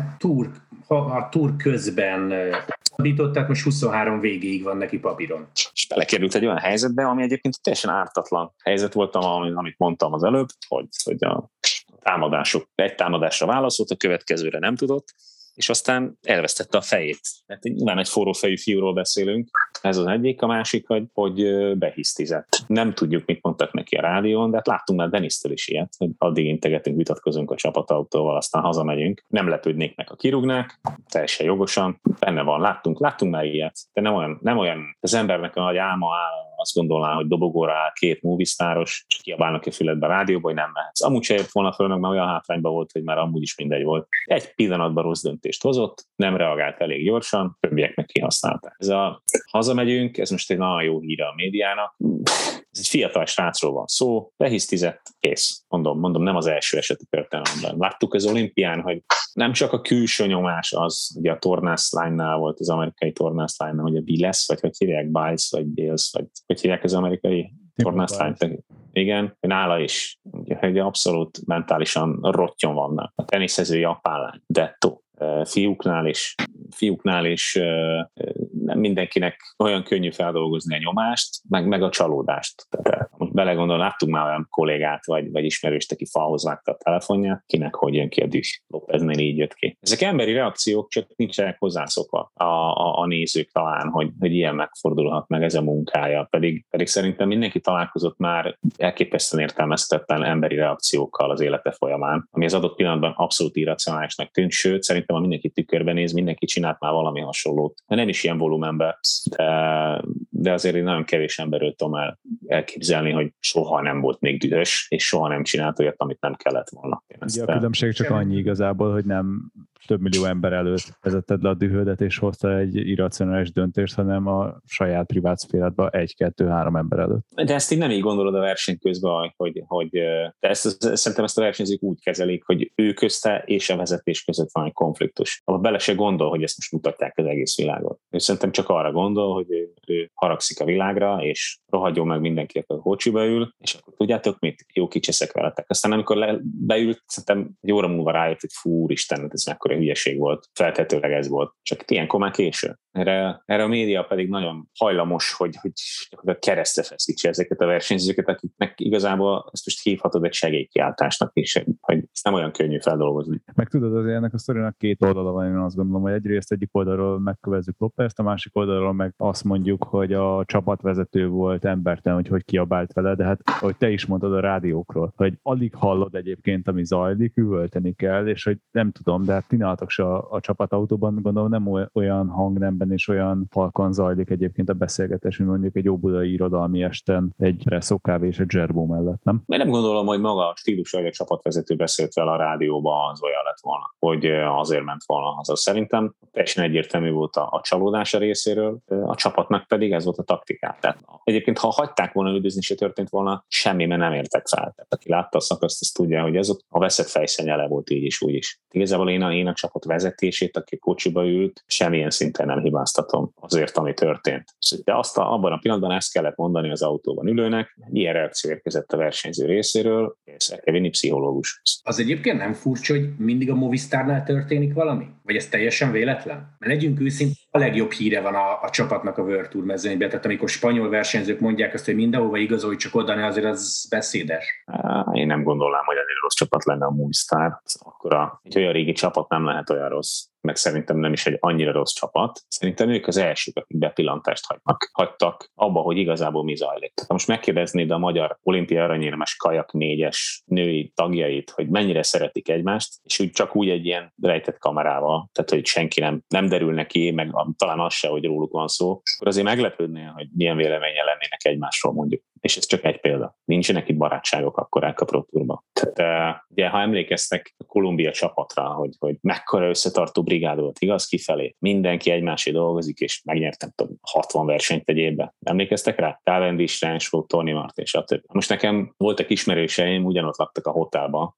A túr közben hosszabbították, most 23 végéig van neki papíron. És belekerült egy olyan helyzetbe, ami egyébként teljesen ártatlan helyzet volt, amit mondtam az előbb, hogy a támadások egy támadásra válaszolt, a következőre nem tudott, és aztán elvesztette a fejét. Tehát nyilván egy forrófejű fiúról beszélünk, ez az egyik, a másik, hogy behisztizett. Nem tudjuk, mit mondtak neki a rádión, de hát láttunk már Denisztől is ilyet, hogy addig integetünk, vitatkozunk a csapatautóval, aztán hazamegyünk. Nem lepődnék meg, ha kirúgnák, teljesen jogosan, benne van, láttunk már ilyet. De nem olyan, az embernek a nagy álma áll, azt gondolná, hogy dobogóra áll 2 movisztáros, és kiabálnak a füledbe a rádióba, hogy nem mehetsz. Amúgy se ért volna föl, meg már olyan hátrányban volt, hogy már amúgy is mindegy volt. Egy pillanatban rossz döntést hozott, nem reagált elég gyorsan, többiek meg kihasználták. Ez a hazamegyünk, ez most egy nagyon jó híre a médiának. Ez egy fiatal srácról van szó, behisztizett, kész. Mondom, nem az első eset a történelemben. Láttuk az olimpián, hogy nem csak a külső nyomás az, ugye a Tornás Line-nál volt, az amerikai Tornás Line-nál, ugye Biles, vagy hogy hívják, Biles, vagy Bales, vagy hogy hívják az amerikai Tornás Line-t. Igen, nála is, hogy abszolút mentálisan rottyon vannak. A teniszező japán lány, dettó. Fiúknál is nem mindenkinek olyan könnyű feldolgozni a nyomást, meg a csalódást. Tehát most belegondol, láttunk már olyan kollégát, vagy ismerőst, aki falhoz vágta a telefonját, kinek hogy jön ki a düh. Lopeznél így jött ki. Ezek emberi reakciók, csak nincsenek hozzászokva a nézők talán, hogy ilyen megfordulhat meg ez a munkája. Pedig szerintem mindenki találkozott már elképesztően értelmezhetetlen emberi reakciókkal az élete folyamán, ami az adott pillanatban abszolút irracionálisnak tűnt, sőt, szerintem ha mindenki tükörben néz, mindenki csinált már valami hasonlót. Nem is ilyen volumenben, de azért én nagyon kevés emberről tudom elképzelni, hogy soha nem volt még dühös, és soha nem csinált olyat, amit nem kellett volna. Ugye a különbség csak annyi igazából, hogy nem több millió ember előtt vezetted le a dühödet, és hozta egy irracionális döntést, hanem a saját privát szféradban 1-2-3 ember előtt. De ezt így nem így gondolod a verseny közben, hogy de szerintem ezt a versenyzők úgy kezelik, hogy ő közte és a vezetés között van egy konfliktus. Abba bele se gondol, hogy ezt most mutatják az egész világot. Ő szerintem csak arra gondol, hogy ő haragszik a világra, és rohadjon meg mindenki, aki a kocsiba ül, és akkor tudjátok mit? Jó, kicseszek veletek. Aztán amikor beült, szerintem egy óra múlva rájött, hogy fú, úristen, ez mekkora hülyeség volt. Feltetőleg ez volt. Csak ilyenkor már késő. Erre a média pedig nagyon hajlamos, hogy keresztre feszítse ezeket a versenyzőket, akiknek igazából ezt most hívhatod egy segélykiáltásnak is, hogy ezt nem olyan könnyű feldolgozni. Meg tudod, azért ennek a sztorinak 2 oldala van, én azt gondolom, hogy egyrészt egyik oldalról megkövezzük Lopezt, a másik oldalról meg azt mondjuk, tudjuk, hogy a csapatvezető volt embertelen, hogy kiabált vele, de hát, ahogy te is mondtad a rádiókról, hogy alig hallod egyébként, ami zajlik, üvölteni kell, és hogy nem tudom, de hát ti nálatok se a csapatautóban, gondolom nem olyan hangnemben és olyan halkan zajlik egyébként a beszélgetés, mint mondjuk egy óbudai irodalmi esten egy presszó kávé és egy zserbó mellett, nem? Én nem gondolom, hogy maga a stílus, hogy a csapatvezető beszélt vele a rádióban, az olyan lett volna, hogy azért ment volna haza. Szerintem teljesen egyértelmű volt a csalódása részéről, a csapatnak pedig ez volt a taktikát. Tehát egyébként, ha hagyták volna üldözni, se történt volna, semmi, mert nem értek fel. Tehát aki látta a szakaszt, az tudja, hogy ez ott a veszett fejszennyele volt így is, úgy is. Igazából én a csapat vezetését, aki kocsiba ült, semmilyen szinten nem hibáztatom azért, ami történt. De abban a pillanatban ezt kellett mondani az autóban ülőnek, ilyen reakció érkezett a versenyző részéről, és el kell vinni pszichológus. Az egyébként nem furcsa, hogy mindig a Movistarnál történik valami? Vagy ez teljesen véletlen? Mert legyünk őszintén, a legjobb híre van a csapatnak a World Tour mezőnyben, tehát amikor spanyol versenyzők mondják azt, hogy mindenhova igazolj, csak oda ne, azért az beszédes. Én nem gondolnám, hogy ennél rossz csapat lenne a Movistar. Akkor egy olyan régi csapat nem lehet olyan rossz, meg szerintem nem is egy annyira rossz csapat. Szerintem ők az elsők, akik bepillantást hagytak abba, hogy igazából mi zajlik. Tehát most megkérdeznéd a magyar olimpia aranyérmes kajak 4-es női tagjait, hogy mennyire szeretik egymást, és úgy csak úgy egy ilyen rejtett kamerával, tehát hogy senki nem derül neki, meg talán az se, hogy róluk van szó, akkor azért meglepődnél, hogy milyen véleménye lennének egymásról mondjuk. És ez csak egy példa. Nincsenek itt barátságok akkorák a Pro Tourban. Tehát ugye, ha emlékeztek a Kolumbia csapatra, hogy mekkora összetartó brigád volt, igaz, kifelé. Mindenki egymásé dolgozik, és megnyertem 60 versenyt egy évben. Emlékeztek rá? Cavendish, Renshaw, Tony Martin, stb. Most nekem voltak ismerőseim, ugyanott laktak a hotelba,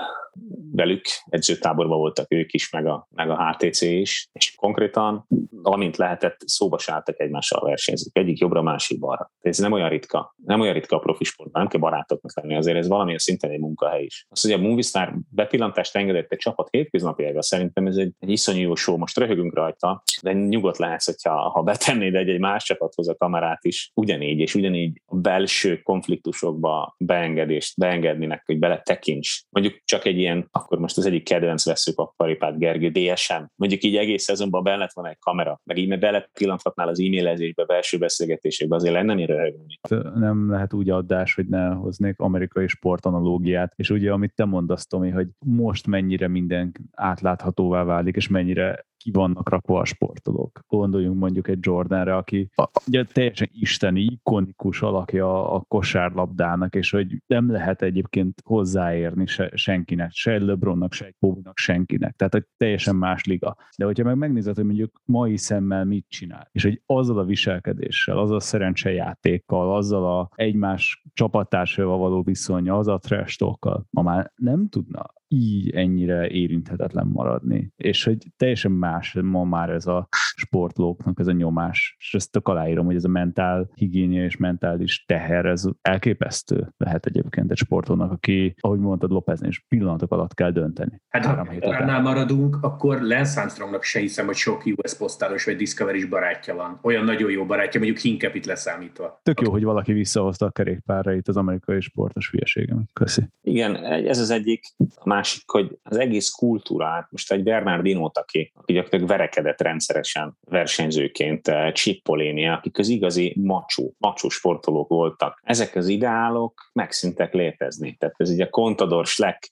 velük, edzőtáborban voltak ők is, meg a HTC is, és konkrétan, amint lehetett, szóba se álltak egymással versenyzők. Egyik jobbra, másik balra. Ez nem olyan ritka a profi sportban, nem kell barátoknak lenni, azért ez valamilyen szinten egy munkahely is. Az, hogy a Movistar bepillantást engedett egy csapat hétköznapjaiba, szerintem ez egy iszonyú jó show, most röhögünk rajta, de nyugodt lehetsz, hogyha betennéd egy más csapathoz a kamerát is, ugyanígy a belső konfliktusokba beengednének, hogy bele tekints. Mondjuk csak egy ilyen, akkor most az egyik kedvenc veszők a Paripát Gergő, DSM. Mondjuk így egész szezonban benne lett volna egy kamera, meg így mert belepillanthatnál az e-mailezésbe, belső beszélgetésekbe, azért lenne mire röhögni. Nem lehet úgy adás, hogy ne hoznék amerikai sportanalógiát, és ugye amit te mondasz, Tomi, hogy most mennyire minden átláthatóvá válik, és mennyire ki vannak rakva a sportolók. Gondoljunk mondjuk egy Jordanre, aki ugye teljesen isteni, ikonikus alakja a kosárlabdának, és hogy nem lehet egyébként hozzáérni senkinek, se egy LeBronnak, se egy Kobe-nak, senkinek. Tehát egy teljesen más liga. De hogyha megnézed, hogy mondjuk mai szemmel mit csinál, és hogy azzal a viselkedéssel, azzal a szerencsejátékkal, azzal a egymás csapattársával való viszonya, azzal a trash talkkal, ma már nem tudna így ennyire érinthetetlen maradni. És hogy teljesen más ma már ez a sportlóknak ez a nyomás, és ezt aláírom, hogy ez a mentál higiénia és mentális teher, ez elképesztő lehet egyébként egy sportolónak, aki, ahogy mondtad, Lópeznél is pillanatok alatt kell dönteni. Hát ha annál maradunk, akkor Lance Armstrongnak se hiszem, hogy sok US posztálos vagy Discovery-s barátja van. Olyan nagyon jó barátja, mondjuk Hinkepit leszámítva. Tök jó, hogy valaki visszahozta a kerékpárra itt az amerikai sportos hülyeségem. Köszi. Igen, ez az egyik. A másik, hogy az egész kultúrát, most egy Bernardinót, aki gyakorlatilag verekedett rendszeresen versenyzőként, Cipollini, akik az igazi macsó sportolók voltak. Ezek az ideálok megszűntek létezni. Tehát ez ugye Contador, Schleck,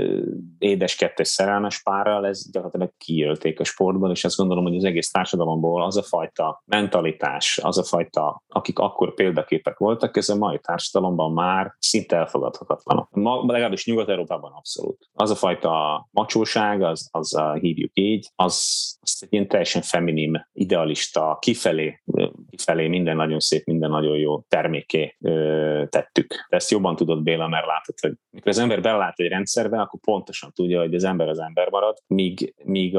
édes kettes szerelmes párral, ez gyakorlatilag kiölték a sportból, és azt gondolom, hogy az egész társadalomból az a fajta mentalitás, az a fajta, akik akkor példaképek voltak, ez a mai társadalomban már szinte elfogadhatatlan. Legalábbis Nyugat-Európában abszolút. Az a fajta macsóság, az hívjuk így, az egy ilyen teljesen feminim, idealista, kifelé minden nagyon szép, minden nagyon jó terméké tettük. De ezt jobban tudod, Béla, mert látod, hogy mikor az ember belelát egy rendszerbe, akkor pontosan tudja, hogy az ember marad, míg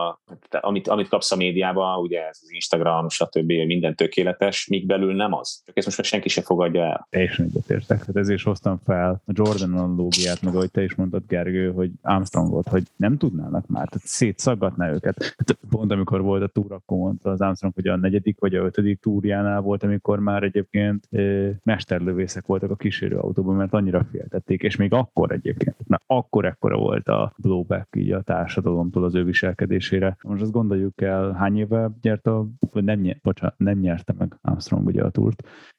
amit kapsz a médiában, ugye ez az Instagram, stb. Minden tökéletes, míg belül nem az. Csak ezt most már senki se fogadja el. Teljesen egyetértek. Hát ezért is hoztam fel a Jordan analógiát, meg ahogy te is mondtad, Gergő, hogy Armstrongot, hogy nem tudnának már, tehát szétszaggatná őket. Hát pont amikor volt a túra, akkor mondta az Armstrong, hogy a 4. vagy a 5. túra Túriánál volt, amikor már egyébként mesterlövészek voltak a kísérőautóban, mert annyira féltették, és még akkor egyébként, ekkora volt a blowback így a társadalomtól az ő viselkedésére. Most azt gondoljuk el, hány éve nyert nem nyerte meg Armstrong ugye a túrt.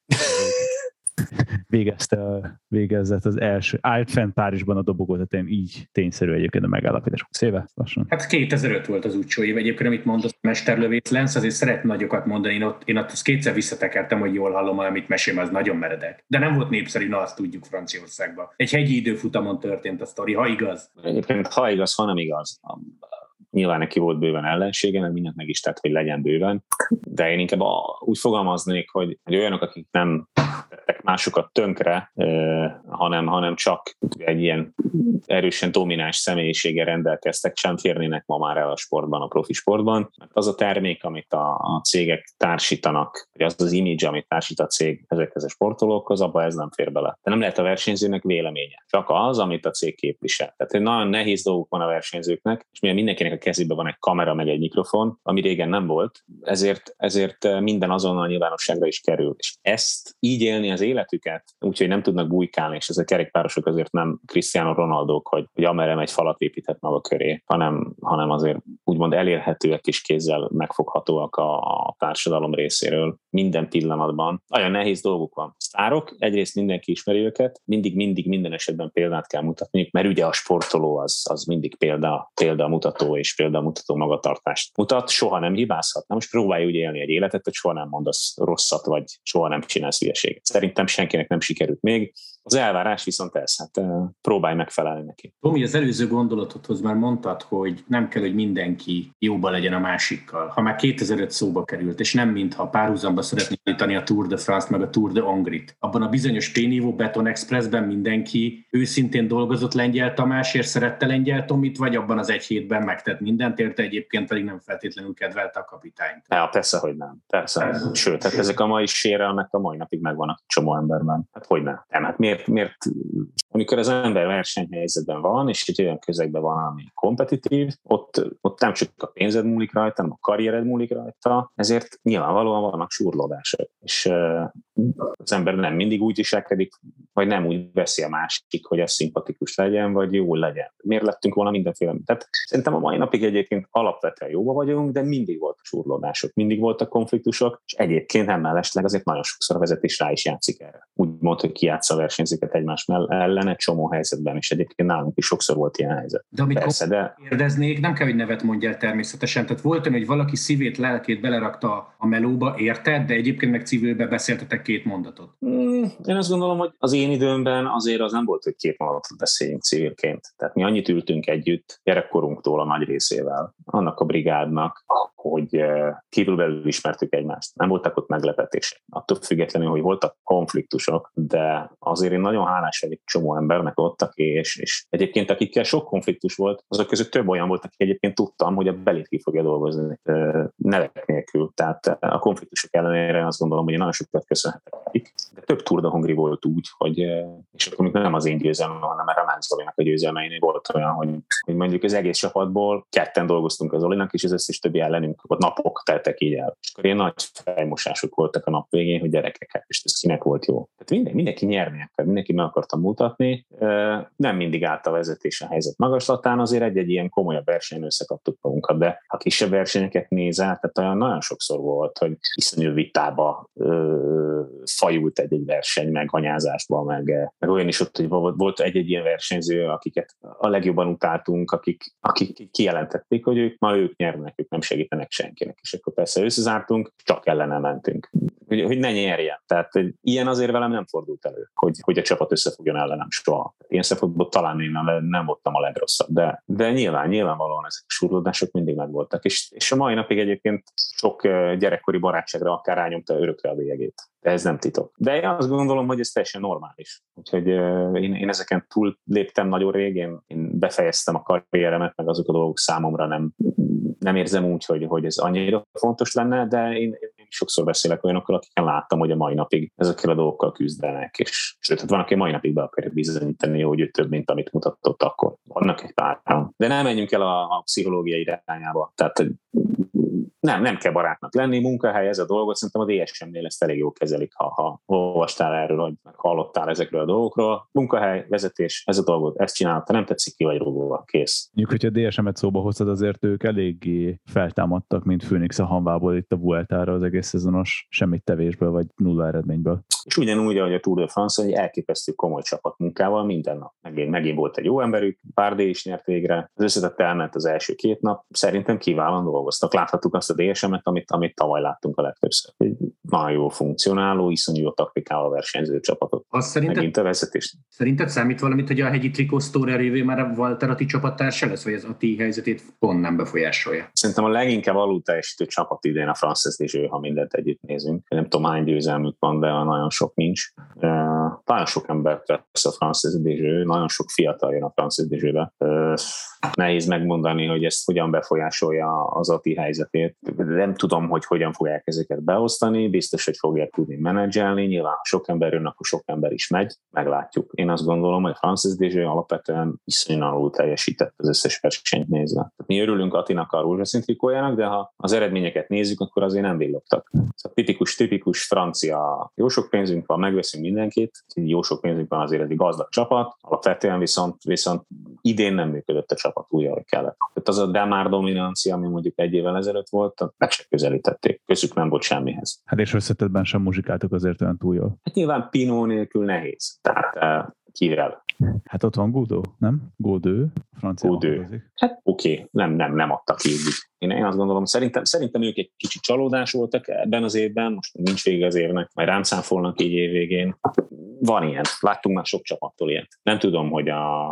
Végezett az első, állt fent Párizsban a dobogót, tehát így tényszerű egyébként a megállapítás. 20 éve lassan. Hát 2005 volt az utcsó év. Egyébként, amit mondasz, mesterlövész Lenz, azért szeret nagyokat mondani. Én ott azt kétszer visszatekertem, hogy jól hallom, amit mesélem, az nagyon meredek. De nem volt népszerű, na azt tudjuk Franciaországban. Egy hegyi időfutamon történt a sztori, ha igaz. Egyébként ha igaz, ha nem igaz. Nyilván neki volt bőven ellensége, meg mindent meg is tett, hogy legyen bőven. De én inkább úgy fogalmaznék, hogy olyanok, akik nem tettek másokat tönkre, hanem csak egy ilyen erősen domináns személyiséggel rendelkeztek, sem férnének ma már el a sportban, a profi sportban. Mert az a termék, amit a cégek társítanak, vagy az az image, amit társít a cég ezekhez a sportolókhoz, abban ez nem fér bele. De nem lehet a versenyzőnek véleménye. Csak az, amit a cég képvisel. Tehát nagyon nehéz dolguk van a versenyzőknek, és mivel mindenkinek a kezében van egy kamera, meg egy mikrofon, ami régen nem volt, ezért minden azonnal nyilvánosságra is kerül. És ezt így élni az életüket, úgyhogy nem tudnak bujkálni, és ezek kerékpárosok azért nem Cristiano Ronaldók, hogy amerre egy falat építhet maga köré, hanem azért úgymond elérhetőek és kézzel megfoghatóak a társadalom részéről minden pillanatban. Nagyon nehéz dolguk van. Sztárok, egyrészt mindenki ismeri őket, mindig minden esetben példát kell mutatni, mert ugye a sportoló az mindig példamutató és példamutató magatartást mutat, soha nem hibázhat. Na most próbálj úgy élni egy életet, hogy soha nem mondasz rosszat, vagy soha nem csinálsz hülyeséget. Szerintem senkinek nem sikerült még. Az elvárás viszont ez, próbálj megfelelni neki. Tomi, az előző gondolatodhoz már mondtad, hogy nem kell, hogy mindenki jóba legyen a másikkal. Ha már 2005 szóba került, és nem mintha párhuzamba szeretnék állítani a Tour de France meg a Tour de Hongrit. Abban a bizonyos P-nívó Beton Expressben mindenki őszintén dolgozott Lengyel Tamásért, szerette Lengyel Tomit, vagy abban az egy hétben megtett mindent érte, egyébként pedig nem feltétlenül kedvelte a kapitányt. Ja, persze, hogy nem. Persze. Sőt, ezek a mai sérelmek a mai napig megvannak csomó emberben. Hogy ne? Miért? Amikor az ember versenyhelyzetben van, és egy olyan közegben van, ami kompetitív, ott nem csak a pénzed múlik rajta, hanem a karriered múlik rajta, ezért nyilvánvalóan vannak súrlódások. És az ember nem mindig úgy viselkedik, vagy nem úgy veszi a másik, hogy ez szimpatikus legyen, vagy jó legyen. Miért lettünk volna mindenféle? Tehát szerintem a mai napig egyébként alapvetően jóba vagyunk, de mindig voltak súrlódások, mindig voltak konfliktusok, és egyébként nem mellesleg azért nagyon sokszor a vezetés rá is játszik erre. Úgymond, hogy kijátsza a versenyzőket egymás ellen egy csomó helyzetben, és egyébként nálunk is sokszor volt ilyen helyzet. De amit kérdeznék, nem kell, hogy nevet mondjál természetesen. Tehát volt olyan, hogy valaki szívét, lelkét belerakta a melóba, érted, de egyébként meg civilbe beszéltetek 2 mondatot. Én azt gondolom, hogy az én időmben azért az nem volt, hogy 2 mondatot beszéljünk civilként. Tehát mi annyit ültünk együtt gyerekkorunktól a nagy részével, annak a brigádnak, hogy kívülbelül ismertük egymást. Nem voltak ott meglepetések. Attól függetlenül, hogy voltak konfliktusok, de azért én nagyon hálás vagyok csomó embernek ott, és egyébként akikkel sok konfliktus volt, azok között több olyan volt, aki egyébként tudtam, hogy a belét ki fogja dolgozni nevek nélkül. Tehát a konfliktusok ellenére azt gondolom, hogy nagyon sokat köszönhetek nekik. De több Tour de Hongri volt úgy, hogy, és akkor nem az én győzelmem, hanem a Román Zolinak a győzelmeinél volt olyan, hogy mondjuk az egész csapatból 2 dolgoztunk az Zolinak, és az összes többi ellenünk ott napok teltek így el. És akkor ilyen nagy fejmosások voltak a nap végén, hogy gyerekek, és ez kinek volt jó. Tehát mindenki nyerni akar, mindenki meg akarta mutatni. Nem mindig állt a vezetés a helyzet magaslatán, azért egy ilyen komolyabb versenyen összekaptuk magunkat, de ha kisebb versenyeket nézel, tehát olyan nagyon sokszor volt, hogy iszonyú vitába fajult egy verseny, meg anyázásba, meg olyan is ott, hogy volt egy ilyen versenyző, akiket a legjobban utáltunk, akik kijelentették, hogy ők nyernek, ők nem segítenek senkinek, és akkor persze összezártunk, csak ellene mentünk. Hogy ne nyerjen. Tehát ilyen azért velem nem fordult elő, hogy a csapat összefogjon ellenem soha. Ilyen szempontból talán én nem voltam a legrosszabb, de nyilvánvalóan ezek a súrlódások mindig megvoltak, és a mai napig egyébként sok gyerekkori barátságra akár rányomta örökre a bélyegét. De ez nem titok. De én azt gondolom, hogy ez teljesen normális. Úgyhogy én ezeken túl léptem nagyon rég, én befejeztem a karrieremet, meg azok a dolgok számomra nem érzem úgy, hogy ez annyira fontos lenne, de én sokszor beszélek olyanokkal, akikkel láttam, hogy a mai napig ezekkel a dolgokkal küzdenek, és sőt, van, aki a mai napig be akarja bizonyítani, hogy ő több, mint amit mutatott akkor. Vannak egy páran. De nem menjünk el a pszichológiai irányába. Tehát Nem kell barátnak lenni, munkahely, ez a dolgot, szerintem a DSM-nél ezt elég jól kezelik, ha olvastál erről, vagy hallottál ezekről a dolgokról. Munkahely, vezetés, ez a dolgot, ezt csinálod, ha nem tetszik, ki vagy rúgóval, kész. Mondjuk, hogyha a DSM-et szóba hoztad, azért ők eléggé feltámadtak, mint Phoenix a Hanvából itt a Vueltára az egész szezonos semmit tevésből, vagy nulla eredményből. És ugyanúgy, ahogy a Tour de France, egy elképesztő komoly csapatmunkával minden nap. Megint volt egy jó emberük, pár D is nyert végre, az összetett elment az első 2 nap, szerintem kiválóan dolgoztak. Láthattuk azt a DSM-et, amit tavaly láttunk a legtöbbször. Egy nagyon jól funkcionáló, iszonyú jó taktikával versenyző csapatot. Megint a vezetést. Szerinted számít valamit, hogy a hegyi trikósztóra révén már a Valter a ti csapattársa lesz, vagy ez a ti helyzetét pont nem befolyásolja? Szerintem a leginkább alul teljesítő csapat idén a Frances Déső, ha mindent együtt nézünk. Nem tudom, hány győzelmük van, de nagyon sok nincs. Nagyon sok ember lesz a Frances Déső, nagyon sok fiatal jön a Frances Désőbe. Nehéz megmondani, hogy ezt hogyan befolyásolja az ATI helyzetét. Nem tudom, hogy hogyan fogják ezeket beosztani, biztos, hogy fogják tudni menedzselni. Nyilván, ha sok ember jön, akkor sok ember is megy, meglátjuk. Én azt gondolom, hogy Frances Déső alapvetően iszonyúan alul teljesített az összes versenyt nézve. Mi örülünk Atinak a rózsaszín trikójának, de ha az eredményeket nézzük, akkor azért nem villogtak. Szóval tipikus francia, jó sok pénzünk van, megveszünk mindenkit, jó sok pénzünk van, azért egy gazdag csapat, alapvetően viszont idén nem működött a csapat úgy, ahogy kellett. Tehát az a Demár dominancia, ami mondjuk 1 évvel ezelőtt volt, meg se közelítették. Közük nem volt semmihez. Hát és összetettben sem muzsikáltak azért olyan túl jól. Hát nyilván Pinot nélkül nehéz. Tehát kivel? Hát ott van Godot, nem? Godot, francia. Hát oké, nem adtak így. Én azt gondolom, szerintem ők egy kicsit csalódás voltak ebben az évben, most nincs vége az évnek, majd rám számfolnak így évvégén. Van ilyen, láttunk már sok csapattól ilyet. Nem tudom, hogy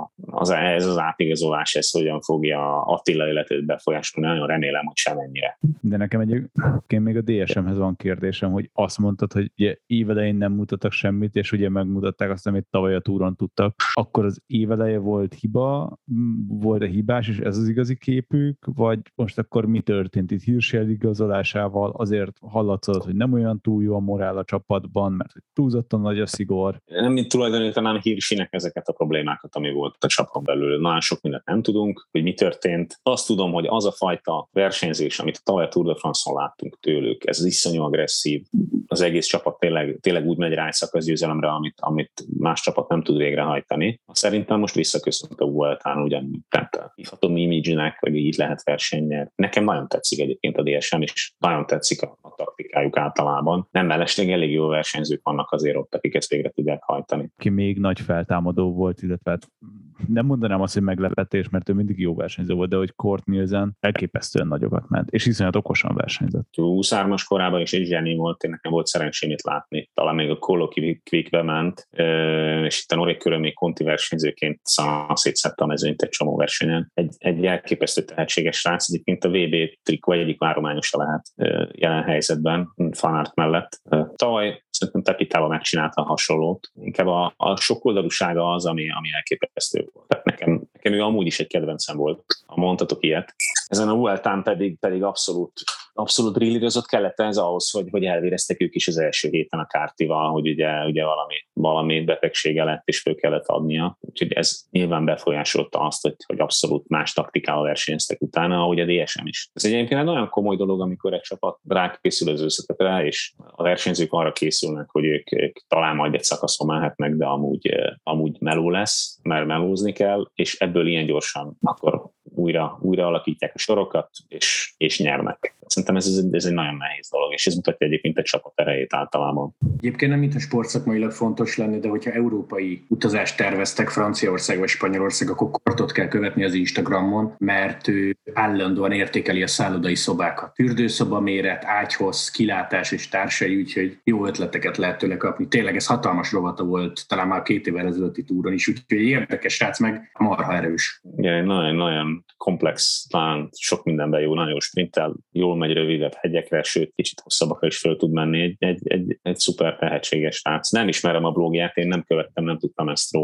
ez az átigazolás, ez hogyan fogja Attila életét befolyásolni, nagyon remélem, hogy semennyire. De nekem egyébként még a DSM-hez van kérdésem, hogy azt mondtad, hogy ugye évelején nem mutattak semmit, és ugye megmutatták azt, amit tavaly a túron tudtak. Akkor az éveleje volt hiba, volt-e hibás, és ez az igazi képük, vagy most akkor mi történt itt Hirscher igazolásával? Azért hallatszott, hogy nem olyan túl jó a morál a csapatban, mert túlzottan nagy a szigor. Nem tulajdonítanám Hirsinek ezeket a problémákat, ami volt a csapat belül. Nagyon sok mindent nem tudunk, hogy mi történt. Azt tudom, hogy az a fajta versenyzés, amit a tavaly Tour de France-on láttunk tőlük, ez iszonyú agresszív. Az egész csapat tényleg úgy megy rá egy szakaszgyőzelemre, amit más csapat nem tud végrehajtani. Szerintem most visszaköszönt a Vueltán ugyanúgy. Tehát hívhatom image-nek, hogy így lehet versennyel. Nekem nagyon tetszik egyébként a DSM, és nagyon tetszik a taktikájuk általában. Nem mellesleg elég jó versenyzők vannak azért ott, akik ezt végre tudják hajtani. Ki még nagy feltámadó volt, illetve hát nem mondanám azt, hogy meglepetés, mert ő mindig jó versenyző volt, de hogy Kort Nielsen elképesztően nagyokat ment, és iszonyat okosan versenyzett. 23-as korában is egy zseni volt, én nekem volt szerencsém itt látni. Talán még a Colo Quickbe ment, és itt a Norég körül még Conti versenyzőként szétszedte a mezőnyt egy csomó versenyen. Egy elképesztő tehetséges srác, egyébként a VB trikó egyik várományosa lehet jelen helyzetben, Van Aert mellett. Tavaly szerintem Tepitával megcsinálta a hasonlót. Inkább a sokoldalúsága az, ami elképesztő volt. Tehát nekem ő amúgy is egy kedvencem volt, ha mondhatok ilyet. Ezen a Vueltán pedig abszolút rillírozott, kellett ez ahhoz, hogy elvéreztek ők is az első héten a Kártival, hogy ugye valami betegsége lett, és föl kellett adnia. Úgyhogy ez nyilván befolyásolta azt, hogy abszolút más taktikával versenyeztek utána, ahogy a DSM is. Ez egyébként egy nagyon komoly dolog, amikor egy csapat rákészül az összetetre, és a versenyzők arra készülnek, hogy ők talán majd egy szakaszon mehetnek, de amúgy meló lesz, mert melózni kell, és ebből ilyen gyorsan akkor újra alakítják a sorokat, és nyernek. Szerintem ez egy nagyon nehéz dolog, és ez mutatja egyébként egy csapat erejét általában. Egyébként nem mintha sportszakmailag fontos lenne, de hogyha európai utazást terveztek Franciaország vagy Spanyolország, akkor Kortot kell követni az Instagramon, mert ő állandóan értékeli a szállodai szobákat. Fürdőszoba méret, ágyhoz, kilátás és társai, úgyhogy jó ötleteket lehet tőle kapni. Tényleg ez hatalmas rovata volt, talán már 2 évvel ezelőtti túron is, úgyhogy érdekes srác, meg marha erős. Igen, nagyon komplex, talán sok mindenben jó, nagyon jó sprintel, jól megy rövidebb hegyekre, sőt, kicsit hosszabbakra is föl tud menni. Egy szuper tehetséges srác. Nem ismerem a blogját, én nem követtem, nem tudtam ezt róla,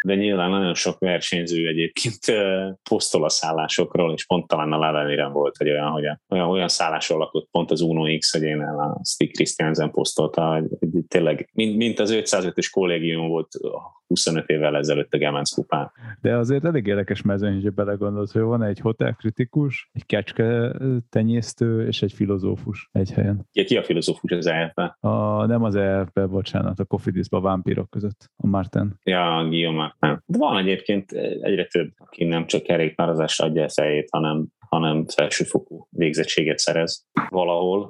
de nyilván nagyon sok versenyző egyébként posztol a szállásokról, és pont talán a levelére volt egy olyan, hogy olyan szállásról lakott pont az Uno X, hogy én a Stig Christiansen posztolta, hogy tényleg mint az 505-ös kollégium volt 25 évvel ezelőtt a Gemens kupán. De azért elég érdekes mezőny, hogy belegondolsz, hogy van egy hotelkritikus, egy kecske tenyésztő és egy filozófus egy helyen. Ki a filozófus az EF-be? Nem az EF-be, bocsánat, a Cofidisba, a vámpírok között, a Martin. Ja, a Guillaume Martin. De van egyébként egyre több, aki nem csak kerékpározásra adja a fejét, hanem felsőfokú végzettséget szerez valahol.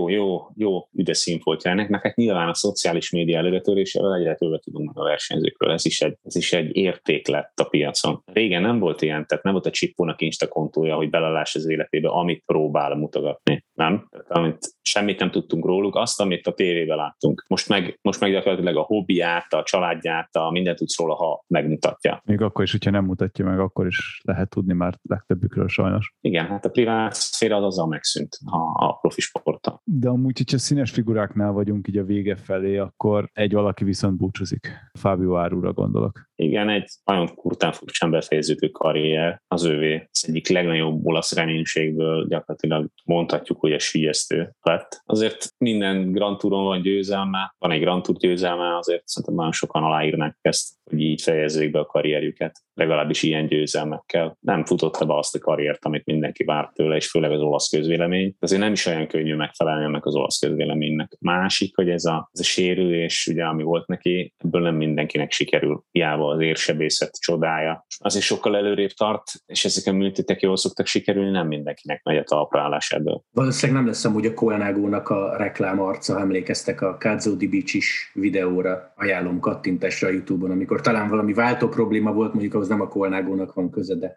Jó üde színfoltja ennek, mert hát nyilván a szociális média előretörésével egyre többet tudunk meg a versenyzőkről. Ez is egy érték lett a piacon. Régen nem volt ilyen, tehát nem volt a Csippónak Insta kontója, hogy beleláss az életébe, amit próbál mutogatni. Nem? Tehát semmit nem tudtunk róluk, azt, amit a tévében láttunk. Most meg gyakorlatilag a hobbiát, a családját, mindent tudsz róla, ha megmutatja. Még akkor is, hogyha nem mutatja meg, akkor is lehet tudni már legtöbbükről sajnos. Igen, hát a privát szféra az azzal megszűnt a profi sporttal. De amúgy, hogyha színes figuráknál vagyunk így a vége felé, akkor egy valaki viszont búcsúzik. Fábio Árura gondolok. Igen, egy nagyon kurtán furcsán befejeződő karrier az ővé. Az egyik legnagyobb olasz reménységből gyakorlatilag mondhatjuk, hogy a síjesztő lett. Azért minden Grand Touron van győzelme, van egy Grand Tour győzelme, azért szerintem nagyon sokan aláírnák ezt, hogy így fejezzék be a karrierjüket, legalábbis ilyen győzelmekkel. Nem futotta be azt a karriert, amit mindenki várt tőle, és főleg az olasz közvélemény. Azért nem is olyan könnyű megfelelni ennek az olasz közvéleménynek. Másik, hogy ez a sérülés, ugye, ami volt neki, ebből nem mindenkinek sikerül. Hiába az érsebészet csodája. Azért sokkal előrébb tart, és ezek a műtétek jól szoktak sikerülni, nem mindenkinek megy a talpraállás ebből. Valószínűleg nem lesz amúgy a Colnago-nak a reklám arca, emlékeztek a Cazzo di Bicis videóra, ajánlom kattintásra a YouTube-on, amikor talán valami váltó probléma volt, mondjuk ahhoz nem a Colnago-nak van köze, de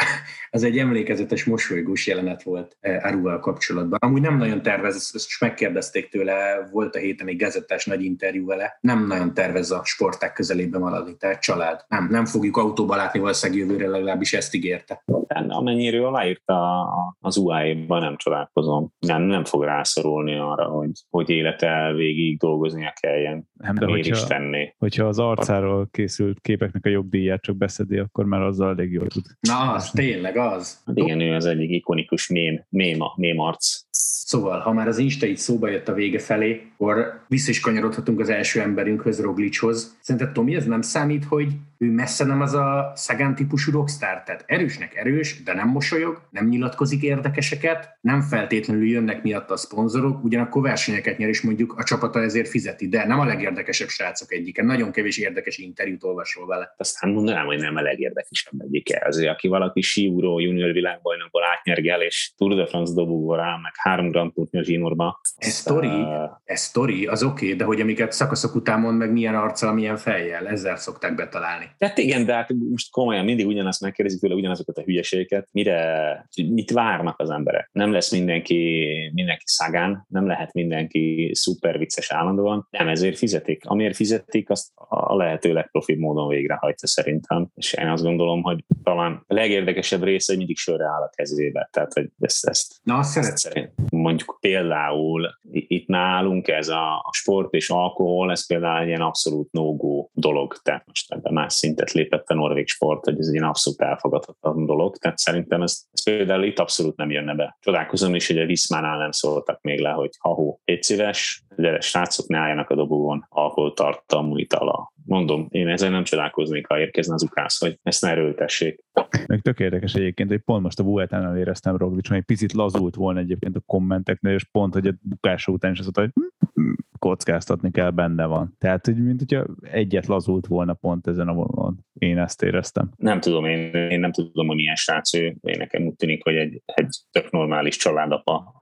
ez egy emlékezetes, mosolygós jelenet volt Árúval kapcsolatban. Amúgy nem nagyon tervez, ezt is megkérdezték tőle, volt a héten egy gazettás nagy interjú vele, nem nagyon tervez a sporták közelében maradni, tehát család. Nem fogjuk autóba látni valószínűleg jövőre, legalábbis ezt ígérte. Amennyire ő aláírta az UAE-ban, nem csodálkozom. Nem fog rászorulni arra, hogy élete végig dolgoznia kelljen. Nem, de hogyha az arcáról készült képeknek a jogdíját csak beszedi, akkor már azzal elég jól tud. Na, az tényleg az. Hát igen, ő az egyik ikonikus mém arc. Szóval, ha már az Insta így szóba jött a vége felé, akkor vissza is kanyarodhatunk az első emberünkhöz, Roglichoz. Szerinted, Tomi, ez nem számít, hogy ő messze nem az a Sagan típusú rockstar? Tehát erősnek erős, de nem mosolyog, nem nyilatkozik érdekeseket, nem feltétlenül jönnek miatt a szponzorok, ugyanakkor versenyeket nyer, és mondjuk a csapata ezért fizeti, de nem a legérdekesebb srácok egyike. Nagyon kevés érdekes interjút olvasol vele. Aztán mondanám, hogy nem a legérdekesebb egyike. Azért, aki valaki síugró junior világbajnokból átnyergel, és Tour de France dobogva rá, meg 3 Grand Tour a zsinórba. Ez sztori, az oké, de hogy amiket szakaszok után mond meg milyen arccal, milyen fejjel, ezzel szokták betalálni. Tehát igen, de hát most komolyan mindig ugyanazt megkérdezik tőle, ugyanazokat a hülyeségeket. Mit várnak az emberek? Nem lesz mindenki Sagan, nem lehet mindenki szuper vicces állandóan, nem ezért fizetik. Amiért fizetik, azt a lehető legprofibb módon végrehajtja szerintem. És én azt gondolom, hogy talán a legérdekesebb része, hogy mindig sörre áll a kezébe. Tehát, hogy ezt szerint. Mondjuk például itt nálunk ez a sport és alkohol, ez például egy ilyen abszolút no-go dolog. Tehát most ebben más szintet lépett a norvég sport, hogy ez egy ilyen abszolút elfogadhatatlan dolog. Tehát szerintem ez például itt abszolút nem jönne be. Csodálkozom is, hogy a Viszmánál nem szóltak még le, hogy légy szíves, gyere srácok, ne álljanak a dobogón alkoholtartalmú itala. Mondom, én ezzel nem csodálkoznék, ha érkezne az ukász, hogy ezt ne erőltessék. Meg tök érdekes egyébként, hogy pont most a Vueltánál éreztem Roglic, hogy egy picit lazult volna egyébként a kommenteknél, és pont, hogy a bukása után is azt mondta, hogy kockáztatni kell, benne van. Tehát, hogy mint hogyha egyet lazult volna pont ezen a vonalon. Én ezt éreztem. Nem tudom, én nem tudom, hogy milyen srác ő. Én nekem úgy tűnik, hogy egy tök normális családapa.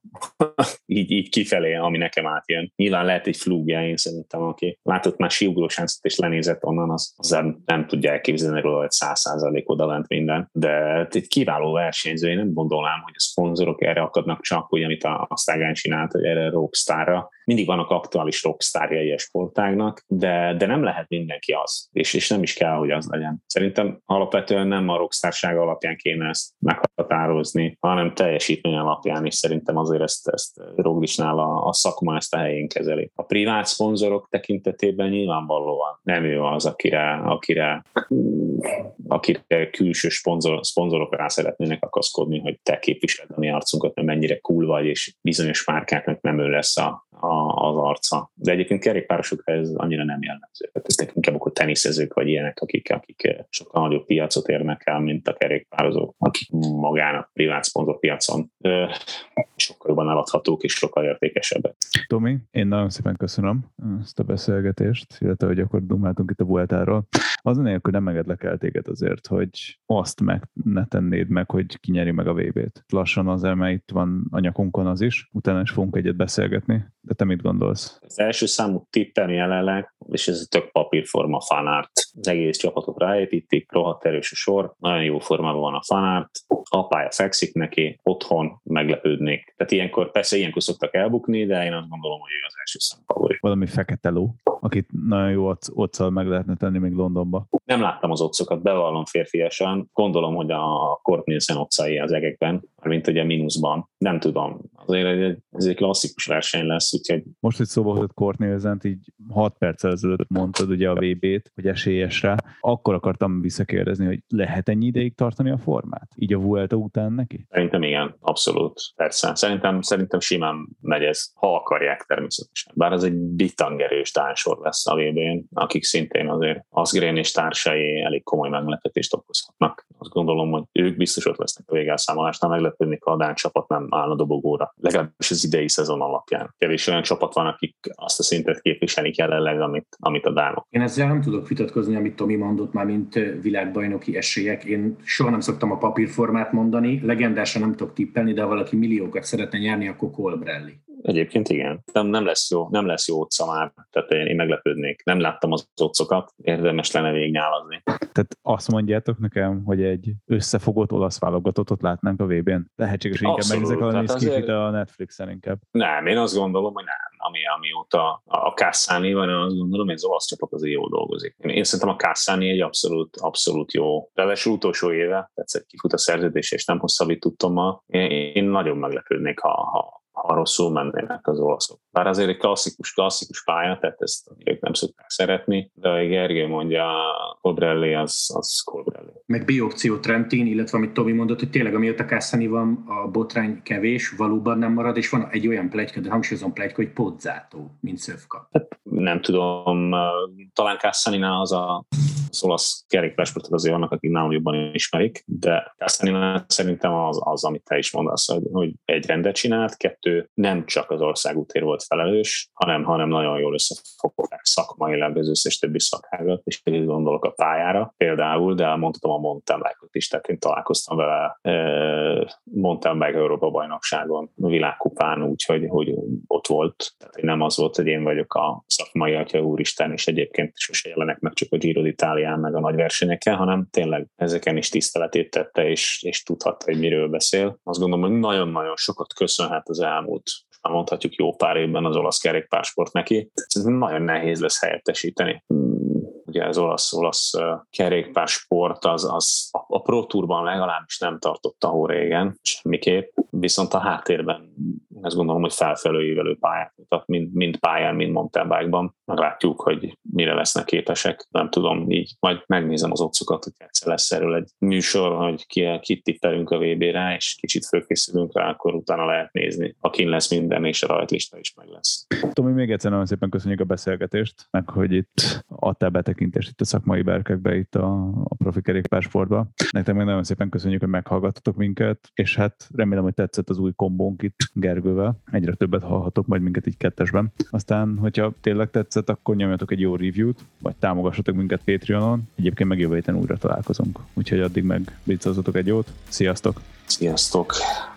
így kifelé, ami nekem átjön. Nyilván lehet egy flúgja, én szerintem, aki látott már síugrósáncot és lenézett onnan, az nem tudja elképzelni róla, hogy 100% odalent minden. De egy kiváló versenyző, én nem gondolnám, hogy a szponzorok erre akadnak csak, hogy amit a Sagan csinált, hogy erre rockstarra. Mindig vannak aktuális rockstárjai a sportágnak, de nem lehet mindenki az, és nem is kell, hogy az legyen. Szerintem alapvetően nem a rockstárság alapján kéne ezt meghatározni, hanem teljesítmény alapján, és szerintem azért ezt Roglicnál a szakma ezt a helyén kezeli. A privát szponzorok tekintetében nyilvánvalóan nem ő az, akire külső szponzorok rá szeretnének akaszkodni, hogy te képviseled a mi arcunkat, mert mennyire cool vagy, és bizonyos márkáknak nem ő lesz az arca. De egyébként kerékpárosokra ez annyira nem jellemző. Ez inkább akkor teniszezők vagy ilyenek, akik sokkal nagyobb piacot érnek el, mint a kerékpározók, akik magának privát szponzorpiacon sokkal jobban eladhatók és sokkal értékesebbek. Tomi, én nagyon szépen köszönöm ezt a beszélgetést, illetve hogy akkor dumáltunk itt a Vueltáról. Azon nélkül nem engedlek el téged azért, hogy azt meg ne tennéd meg, hogy ki nyeri meg a VB-t. Lassan azért, mert itt van a nyakunkon az is, utána is fogunk egyet beszélgetni, de te mit gondolsz? Az első számú tippem jelenleg, és ez tök papírforma fanart. Az egész csapatot ráépítik, rohadt erős a sor, nagyon jó formában van a fanart, a pálya fekszik neki, otthon meglepődnék. Tehát ilyenkor szoktak elbukni, de én azt gondolom, hogy ő az első számú favorit. Valami fekete ló, akit nagyon jó occal meg lehetne tenni még Londonba. Nem láttam az occokat, bevallom férfiasan. Gondolom, hogy a Kort Nielsen occai az egekben, mint ugye mínuszban. Nem tudom. Azért ez egy klasszikus verseny lesz, úgyhogy... Most, hogy szóba hozott Kort Nielsent, így 6 perccel ezelőtt mondtad ugye a VB-t, hogy esélyes rá. Akkor akartam visszakérdezni, hogy lehet ennyi ideig tartani a formát? Így a Vuelta után neki? Szerintem igen, abszolút. Persze. Szerintem simán megy ez, ha akarják természetesen. Bár ez egy bitangerős társor lesz a VB-n, akik szintén azért Asgreen és társai elég komoly meglepetést okozhatnak. Azt gondolom, hogy ők biztos ott lesznek a végelszámolásnál, meglepődnék, ha a dán csapat nem állna dobogóra. Legalábbis az idei szezon alapján. Kevés olyan csapat van, akik azt a szintet képviselik jelenleg, amit a dánok. Én ezzel nem tudok vitatkozni, amit Tomi mondott már, mint világbajnoki esélyek. Én soha nem szoktam a papírformát mondani, legendásan nem tudok tippelni, de ha valaki milliókat szeretne nyerni, akkor Colbrelli. Egyébként igen. Nem lesz jó occa már, tehát én meglepődnék. Nem láttam az occokat, érdemes lenne végignyálazni. Tehát azt mondjátok nekem, hogy egy összefogott olasz válogatottat látnánk a VB-n? Lehetséges, hogy inkább megnézek valami skifit a Netflixen inkább. Nem, én azt gondolom, hogy nem. Amióta a Cassani van, azt gondolom, hogy az olasz csapat azért jól dolgozik. Én szerintem a Cassani egy abszolút jó. Ráadásul utolsó éve, tetszett kifut a szerződés, és nem hosszabbít tudtommal. Én nagyon meglepődnék, ha rosszul mennének az olaszok. Bár azért egy klasszikus pálya, tehát ezt ők nem szokták szeretni, de ahogy Gergő mondja, Colbrelli az Colbrelli. Meg B-opció Trentin, illetve amit Tomi mondott, hogy tényleg amióta Cassani van, a botrány kevés, valóban nem marad, és van egy olyan pletyka, de hangsúlyozom pletyka, hogy Pozzato, mint szövka. Hát, nem tudom, talán Cassaninál az olasz kerékpársportok azért vannak, akik nálam jobban ismerik, de Cassaninál szerintem az, amit te is mondasz, hogy egy rendet csinált, 2 nem csak az országútért volt felelős, hanem nagyon jól összefogták szakmailag az összes többi szakágat, és pedig gondolok a pályára például, de mondhatom a mountain bike-ot is, tehát én találkoztam vele mountain bike Európa-bajnokságon, világkupán, úgyhogy ott volt. Tehát nem az volt, hogy én vagyok a szakmai atya úristen, és egyébként sose jelenek meg csak a Giro d'Italián meg a nagy versenyeken, hanem tényleg ezeken is tiszteletét tette, és tudhatta, hogy miről beszél. Azt gondolom, hogy nagyon-nagyon sokat köszönhet az elmúlt, mondhatjuk jó pár évben az olasz kerékpársport neki. Ez nagyon nehéz lesz helyettesíteni. Ugye az olasz kerékpársport az a Pro Tourban legalábbis nem tartott ahol régen, semmiképp, viszont a háttérben azt gondolom, hogy felfelőívelő pályát mutat, mind pályán, mind mountain bike-ban. Meglátjuk, hogy mire lesznek képesek. Nem tudom, így majd megnézem az occokat, hogy egyszer lesz erről egy műsor, hogy kit tippelünk a VB-re, és kicsit fölkészülünk rá, akkor utána lehet nézni. Akin lesz minden, és a rajtlista is meg lesz. Tomi, még egyszer nagyon szépen köszönjük a beszélgetést, meg hogy itt adtál betekintést itt a szakmai berkekbe, itt a profi kerékpársportba. Nektek még nagyon szépen köszönjük, hogy meghallgattatok minket, és hát remélem, hogy tetszett az új kombónk itt Gergővel. Egyre többet hallhatok majd minket így kettesben. Aztán, hogyha tényleg tetszett, akkor nyomjatok egy jó review-t, vagy támogassatok minket Patreonon. Egyébként meg jövő héten újra találkozunk. Úgyhogy addig meg blitzazzatok egy jót. Sziasztok! Sziasztok!